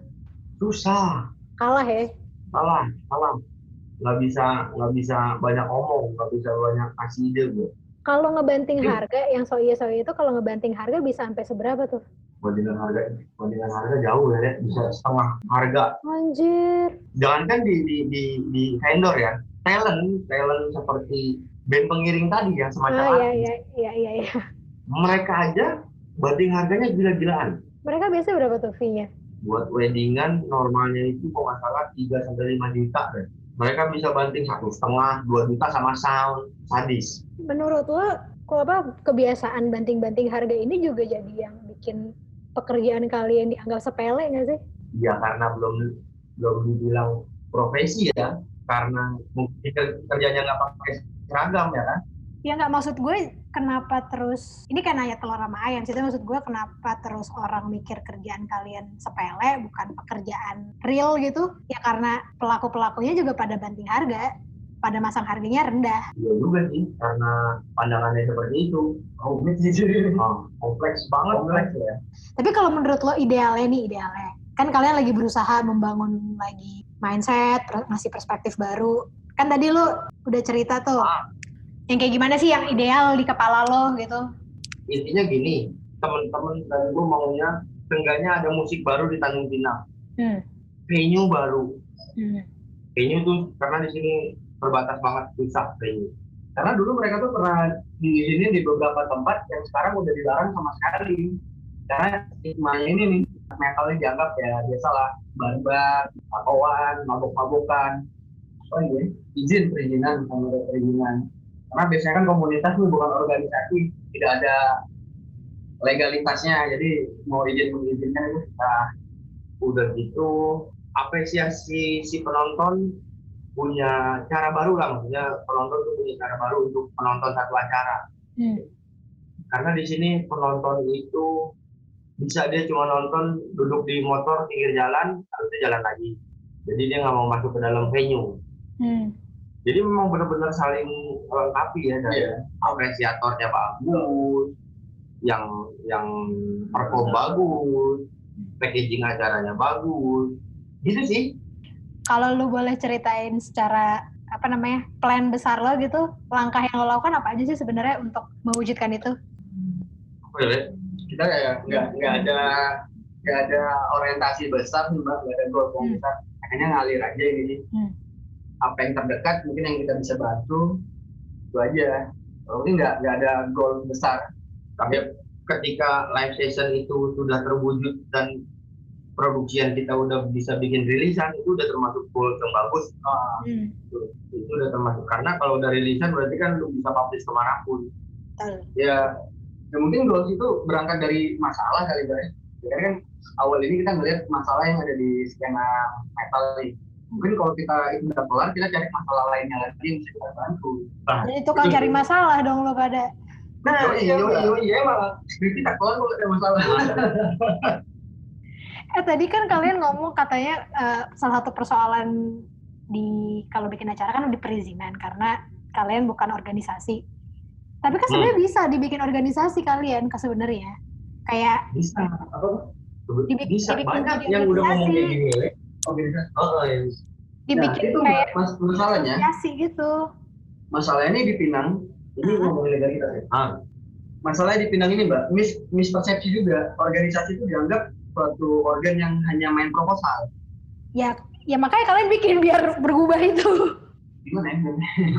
Susah. Kalah ya? Kalah, kalah. Nggak bisa, nggak bisa banyak omong, nggak bisa banyak kasih ide gue. Kalau ngebanting Jadi, harga, yang so iye so iye itu kalau ngebanting harga bisa sampai seberapa tuh? Bandingan harga, bandingan harga jauh ya, bisa setengah harga. Anjir. Jangankan di di di, di vendor ya, talent, talent seperti band pengiring tadi ya semacam ah, iya, iya, iya, iya, iya. Mereka aja banding harganya gila-gilaan. Mereka biasa berapa tuh fee-nya? Buat weddingan normalnya itu kok nggak salah tiga sampai lima juta deh. Mereka bisa banting satu setengah, dua juta sama sound, sadis. Menurut lo, kok apa kebiasaan banting-banting harga ini juga jadi yang bikin pekerjaan kalian dianggap sepele nggak sih? Ya karena belum belum dibilang profesi ya, karena mungkin kerjanya nggak pakai seragam ya kan? Ya nggak, maksud gue kenapa terus, ini kan nanya telur sama ayam sih, maksud gue kenapa terus orang mikir kerjaan kalian sepele, bukan pekerjaan real gitu, ya karena pelaku-pelakunya juga pada banting harga, pada masang harganya rendah. Iya juga sih, karena pandangannya seperti itu. Oh, oh kompleks banget. Kompleks ya. Tapi kalau menurut lo idealnya nih, idealnya, kan kalian lagi berusaha membangun lagi mindset, ngasih perspektif baru, kan tadi lo udah cerita tuh, ah. yang kayak gimana sih yang ideal di kepala lo gitu? Intinya gini, teman-teman dan gue maunya seenggaknya ada musik baru di Tanjung Pinang, hmm. venue baru. Hmm. Venue tuh karena di sini terbatas banget, susah venue. Karena dulu mereka tuh pernah di sini di beberapa tempat yang sekarang udah dilarang sama sekali. Karena stigmanya ini nih, metalnya dianggap ya biasalah barbar, tatoan, mabok-mabokan. Oh iya, izin perizinan, bukan ada perizinan. Karena biasanya kan komunitas nih bukan organisasi, tidak ada legalitasnya, jadi mau izin mengizinkan itu nah, udah gitu apresiasi si penonton punya cara baru lah, maksudnya penonton tuh punya cara baru untuk menonton satu acara. Hmm. Karena di sini penonton itu bisa dia cuma nonton duduk di motor pinggir jalan, habis itu jalan lagi. Jadi dia nggak mau masuk ke dalam venue. Hmm. Jadi memang benar-benar saling melengkapi ya, dari yeah. apresiatornya bagus, yang yang perform bagus, packaging acaranya bagus, gitu sih. Kalau lu boleh ceritain secara apa namanya plan besar lo gitu, langkah yang lo lakukan apa aja sih sebenarnya untuk mewujudkan itu? Boleh, kita kayak nggak nggak ada nggak ada orientasi besar nih mbak, nggak ada goal hmm. besar, akhirnya ngalir aja ini. Hmm. Apa yang terdekat mungkin yang kita bisa bantu itu aja. Mungkin nggak nggak ada goal besar. Tapi ketika live session itu sudah terwujud dan produksian kita udah bisa bikin rilisan, itu udah termasuk goal yang bagus. Nah, hmm. itu, itu udah termasuk, karena kalau udah rilisan berarti kan lu bisa publish kemanapun. Hmm. Ya, ya mungkin goals itu berangkat dari masalah kali guys. Ya kan awal ini kita ngelihat masalah yang ada di skena metal nih. Mungkin kalau kita itu udah kelar, kita cari masalah lainnya lagi yang bisa kita bantu. Nah, jadi itu kan cari masalah dong lo pada. Nah, iya, iya, iya, iya, malah kita kelar kalau ada masalah. eh tadi kan kalian ngomong katanya uh, salah satu persoalan di kalau bikin acara kan di perizinan karena kalian bukan organisasi. Tapi kan sebenarnya hmm. bisa dibikin organisasi kalian kan sebenarnya. Kayak bisa apa? Dibikin, bisa dibikin banyak yang udah ngomong kayak gini ya. Organisasi. Oh, iya. Dibikin nah, itu kayak mas, masalahnya asosiasi gitu. Masalahnya di Pinang ini hmm. ngomongin legalitas ya. Ah. masalahnya di Pinang ini mbak, mis mispersepsi juga, organisasi itu dianggap suatu organ yang hanya main proposal. Ya, ya makanya kalian bikin biar berubah itu. Gimana ya?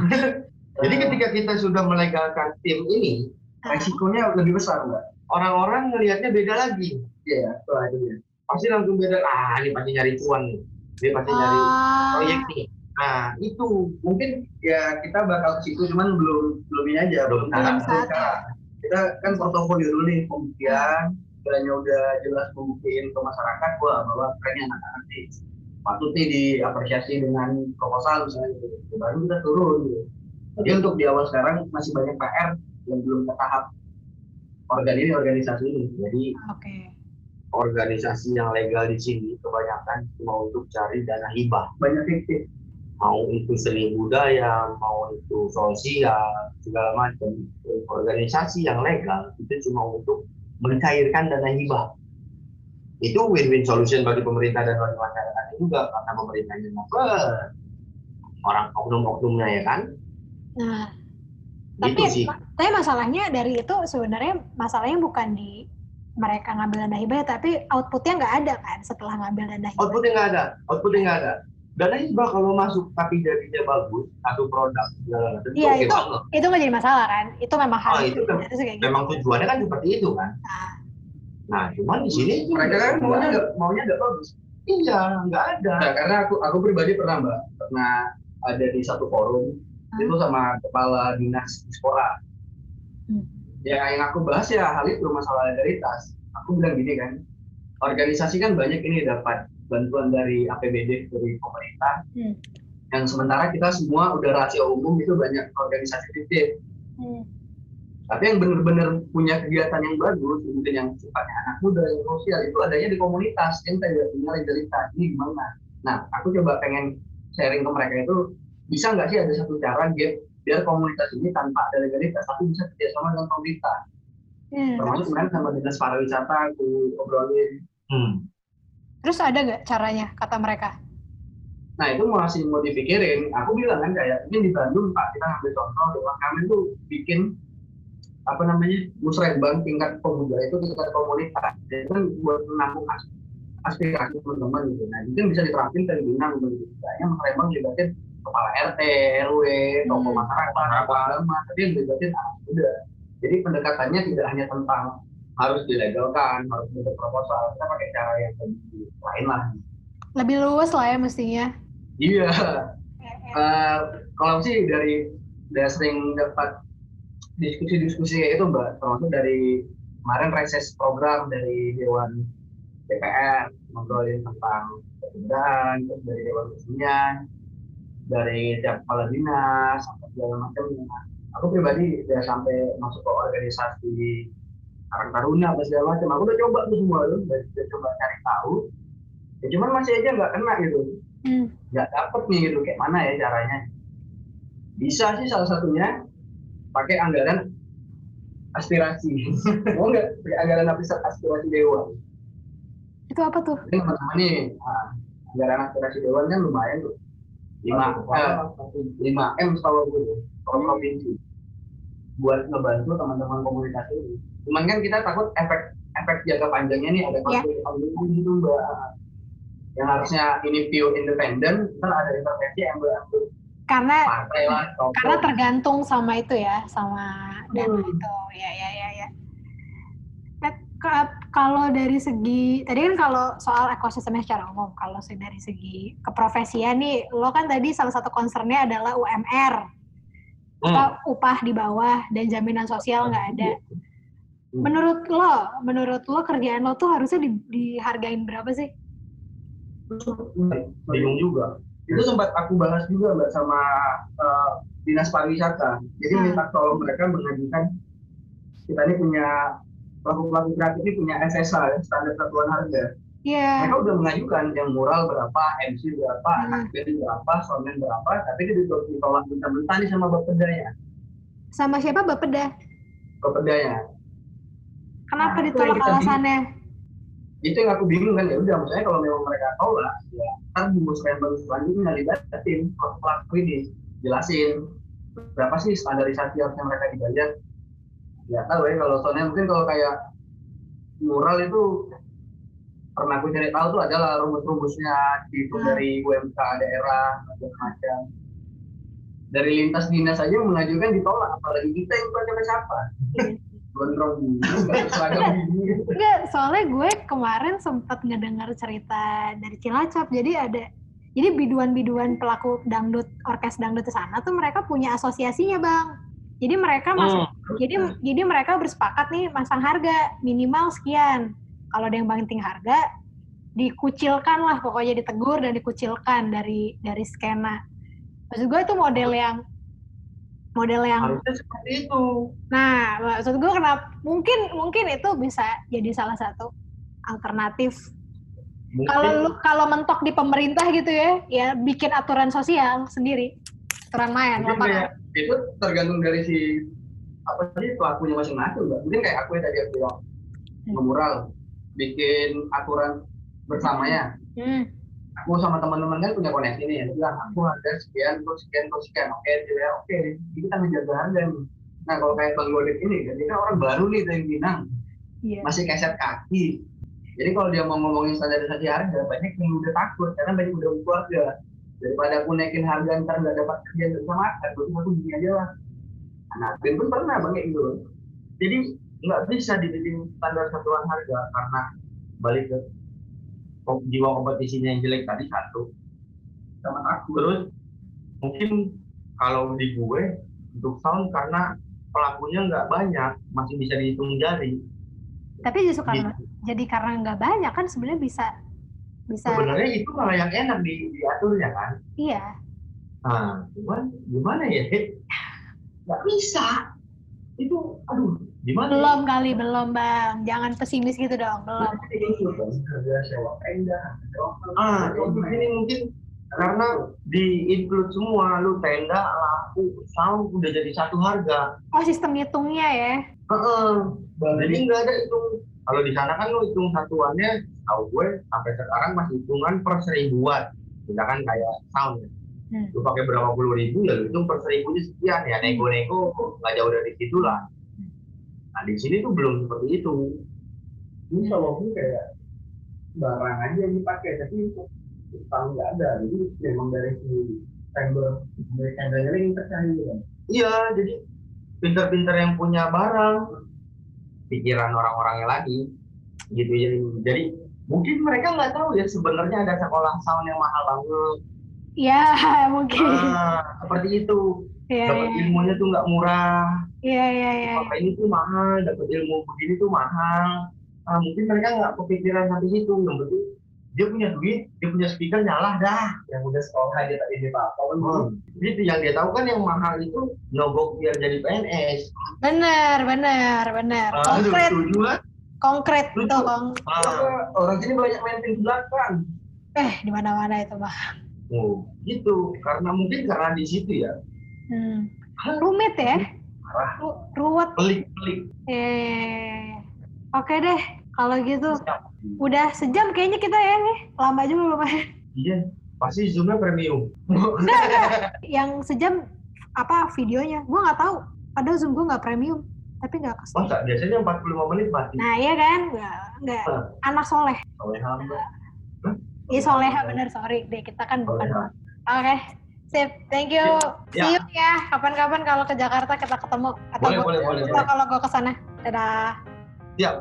Jadi ketika kita sudah melegalkan tim ini, resikonya lebih besar mbak. Orang-orang ngelihatnya beda lagi. Iya, itu aja ya. Pasti langsung beda, ah ini pasti nyari cuan nih, dia pasti nyari proyek nih. Nah itu mungkin ya kita bakal ke situ, cuman belum belum ini aja, belum saatnya. Kita kan portofolio dulu nih pembuktian, kiranya udah jelas membuktiin ke masyarakat, wah bahwa kayaknya anak-anak nih patut nih diapresiasi dengan proposal misalnya gitu. Baru kita turun gitu. Jadi untuk di awal sekarang masih banyak P R yang belum ke tahap organ ini, organisasi ini. Jadi okay. organisasi yang legal di sini kebanyakan cuma untuk cari dana hibah. Banyak fiktif. Mau itu seni budaya, mau itu sosial, segala macam. Organisasi yang legal itu cuma untuk mencairkan dana hibah. Itu win-win solution bagi pemerintah dan bagi masyarakat juga, karena pemerintahnya dapat, orang oknum-oknumnya ya kan. Nah, gitu tapi sih. Tapi masalahnya dari itu sebenarnya masalahnya bukan di mereka ngambil dana hibah, tapi outputnya nggak ada kan setelah ngambil dana hibah. Outputnya nggak ada, outputnya nggak ada. Dana hibah kalau masuk tapi jadinya bagus, satu produk, segala macam. Iya itu, itu nggak jadi masalah kan? Itu memang harus. Oh, itu kan, memang gitu. Tujuannya kan seperti itu kan. Nah, nah cuman di sini mereka kan maunya nggak maunya nggak bagus. Iya, nggak ada. Nah, karena aku aku pribadi pernah mbak, pernah ada di satu forum hmm. itu sama kepala dinas Dispora. Hmm. Ya yang aku bahas ya hal itu masalah legalitas. Aku bilang gini kan, organisasi kan banyak ini dapat bantuan dari A P B D dari pemerintah. Hmm. Yang sementara kita semua udah rahasia umum itu banyak organisasi fiktif. Hmm. Tapi yang benar-benar punya kegiatan yang bagus, mungkin yang sifatnya anak muda, yang sosial, itu adanya di komunitas, yang tidak punya legalitas. Ini gimana? Nah, aku coba pengen sharing ke mereka itu, bisa nggak sih ada satu cara biar, biar komunitas ini tanpa ada legalitas, tapi bisa kerjasama dengan pemerintah. Hmm, termasuk kemarin sama dinas pariwisata, aku obrolin. Hmm. Terus ada nggak caranya, kata mereka? Nah, itu masih mau dipikirin. Aku bilang kan kayak, ini di Bandung, Pak, kita ngambil contoh, doang kami tuh bikin apa namanya musrembang tingkat pemuda itu tingkat komunitas, jadi kan buat menampung aspirasi teman-teman gitu. Nah, itu bisa diterapin dari Binang gitu. Misalnya musrembang libatin kepala R T, R W, tokoh hmm. masyarakat, apa agama, tapi yang libatin anak muda. Jadi pendekatannya tidak hanya tentang harus dilegalkan, harus bentuk proposal, kita pakai cara yang lebih lain lah. Lebih luas lah ya mestinya. Iya. uh, kalau sih dari dari sering dapat diskusi-diskusi kayak itu mbak, termasuk dari kemarin reses program dari Dewan D P R ngobrolin tentang kepemudaan, terus dari Dewan Kesenian, dari tiap kepala dinas, sampai segala macam. Aku pribadi ya sampai masuk ke organisasi Karang Taruna apa segala macam, aku udah coba tuh semua tuh, udah coba cari tahu, ya cuman masih aja nggak kena gitu, nggak hmm. dapet nih gitu, kayak mana ya caranya? Bisa sih salah satunya pakai anggaran aspirasi. Mau nggak pakai anggaran aspirasi dewan? Itu apa tuh? Ini teman-teman nih, nah, anggaran aspirasi dewan kan lumayan tuh, lima M setahu gue, kalau provinsi, buat ngebantu teman-teman komunitas ini. Cuman kan kita takut efek efek jangka panjangnya nih ada konflik yeah. gitu mbak. Yang harusnya ini pure independen, kan ada intervensi yang ambil karena lah, karena tergantung sama itu ya, sama dana hmm. itu ya ya ya ya. Nah, k- kalau dari segi tadi kan kalau soal ekosistemnya secara umum, kalau dari segi keprofesian nih, lo kan tadi salah satu concernnya adalah U M R, hmm. upah, upah di bawah dan jaminan sosial nggak ada. Hmm. Menurut lo, menurut lo kerjaan lo tuh harusnya di, dihargain berapa sih? Bingung juga. Itu sempat aku bahas juga mbak sama uh, dinas pariwisata. Jadi hmm. minta tolong mereka mengajukan, kita ini punya pelaku-pelaku kreatif ini punya S S A, standar satuan harga. Yeah. Mereka udah mengajukan yang mural berapa, M C berapa, hmm. anak band berapa, soundman berapa, tapi itu ditolak mentah-mentah nih sama Bapedanya. Sama siapa Bapeda? Bapedanya. Kenapa nah, ditolak alasannya? Itu yang aku bingung kan, ya udah misalnya kalau memang mereka tolak ya ntar di musrembang selanjutnya libatin pelaku ini, jelasin berapa sih standarisasi harusnya mereka dibayar, nggak tahu ya kalau soalnya mungkin kalau kayak mural itu pernah aku cari tahu tuh adalah rumus-rumusnya dihitung Hmm. dari U M K daerah macam-macam. Dari lintas dinas aja mengajukan ditolak, apalagi kita yang bukan siapa-siapa. Gondrong nggak seragam gini. Enggak, soalnya gue kemarin sempat ngedengar cerita dari Cilacap. Jadi ada, jadi biduan-biduan pelaku dangdut, orkes dangdut di sana tuh mereka punya asosiasinya, Bang. Jadi mereka masuk, jadi jadi mereka bersepakat nih masang harga minimal sekian. Kalau ada yang banting harga, dikucilkan lah, pokoknya ditegur dan dikucilkan dari dari skena. Maksud gue itu model yang model yang Harusnya seperti itu. Nah, maksud gue kenapa mungkin mungkin itu bisa jadi salah satu alternatif. Mungkin Kalau lu kalau mentok di pemerintah gitu ya, ya bikin aturan sosial sendiri, aturan main. Mungkin lapangan. kayak itu tergantung dari si apa tadi pelakunya masing-masing, Mbak. Mungkin kayak aku yang tadi aku bilang Hmm. mural, bikin aturan bersamanya. Hmm. Aku sama teman-teman kan punya koneksi nih, ya bilang aku harga sekian, terus sekian, terus sekian, oke, dia bilang, oke, jadi kita menjaga harga nih. Nah kalau kayak Bang Godek ini, kan dia kan orang baru nih dari Minang, Iya. masih keset kaki. Jadi kalau dia mau ngomongin standarisasi harga, banyak yang udah takut, karena banyak udah keluarga. Daripada aku naikin harga ntar nggak dapat kerja nggak bisa makan, berarti aku gini aja lah. Nah, Ben pun pernah bang kayak gitu. Jadi nggak bisa dibikin standar satuan harga karena balik ke jiwa kompetisinya yang jelek tadi satu sama aku. Terus mungkin kalau di gue untuk sound karena pelakunya nggak banyak, masih bisa dihitung jari. Tapi justru karena jadi karena nggak banyak kan sebenarnya bisa bisa. Sebenarnya itu malah yang enak di diaturnya kan. Iya. Nah, cuman gimana ya? Nggak bisa. Itu, aduh, gimana? Belum kali, belum Bang. Jangan pesimis gitu dong, belum. Harga sewa tenda, Ah, ini mungkin karena di include semua, lu tenda, lampu, sound udah jadi satu harga. Oh, sistem hitungnya ya. Heeh. Jadi nggak ada hitung. Kalau di sana kan lu hitung satuannya, tahu gue sampai sekarang masih hitungan per seribuan. Misalkan kayak sound. Hmm. Lu pakai berapa puluh ribu ya lu hitung per seribunya sekian ya, nego-nego nggak jauh dari situ lah. Nah di sini tuh belum seperti itu. ini walaupun kayak barang aja yang dipakai, tapi itu utang nggak ada. Jadi memang dari si tender, dari tendernya yang tercari gitu kan. Iya, jadi pinter-pinter yang punya barang, pikiran orang-orangnya lagi, gitu jadi. Jadi mungkin mereka nggak tahu ya sebenarnya ada sekolah sound yang mahal banget. Ya, mungkin. Ah, seperti itu. Iya, Dapat iya. ilmunya tuh nggak murah. Iya, iya, iya. Apa ini tuh mahal, dapat ilmu begini tuh mahal. Ah, mungkin mereka nggak kepikiran sampai situ. Yang penting dia punya duit, dia punya speaker nyala dah. Yang udah sekolah dia tak ini apa-apa kan. Hmm. Jadi yang dia tahu kan yang mahal itu nyogok biar jadi P N S. Benar, benar, benar. Ah, aduh, Konkret, setuju kan? konkret Setuju. tuh, Kong. Ah, Orang sini banyak main di belakang. Eh, di mana-mana itu, Bang. oh, gitu. Karena mungkin karena di situ ya. Hmm. Rumit ya? Parah. Ru- ruwet. Pelik-pelik. Eh. Oke deh, kalau gitu. Siap. Udah sejam kayaknya kita ya nih. Lama juga lumayan. Iya, pasti zoomnya premium. Enggak, enggak. Yang sejam apa videonya? Gua nggak tahu. Padahal Zoom gua nggak premium. Tapi nggak kesel. Masa biasanya empat puluh lima menit mati. Nah iya kan? Nggak, nggak. Anak soleh. Oleh hamba. Iya soleha bener, sorry deh. Kita kan bukan. Soleha. Oke. Sip, thank you. Ya. See you ya. Kapan-kapan kalau ke Jakarta kita ketemu. Atau Boleh, gua- boleh, boleh, atau boleh. kalau gua kesana. Dadah. Siap.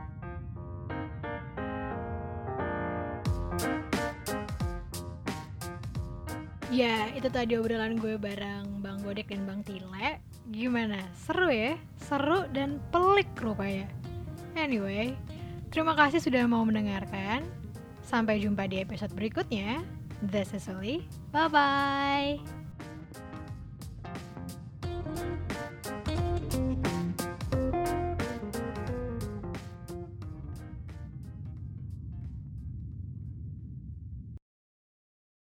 Ya, itu tadi obrolan gue bareng Bang Godek dan Bang Tile. Gimana? Seru ya? Seru dan pelik rupanya. Anyway, terima kasih sudah mau mendengarkan. Sampai jumpa di episode berikutnya. This is Uli. Bye-bye.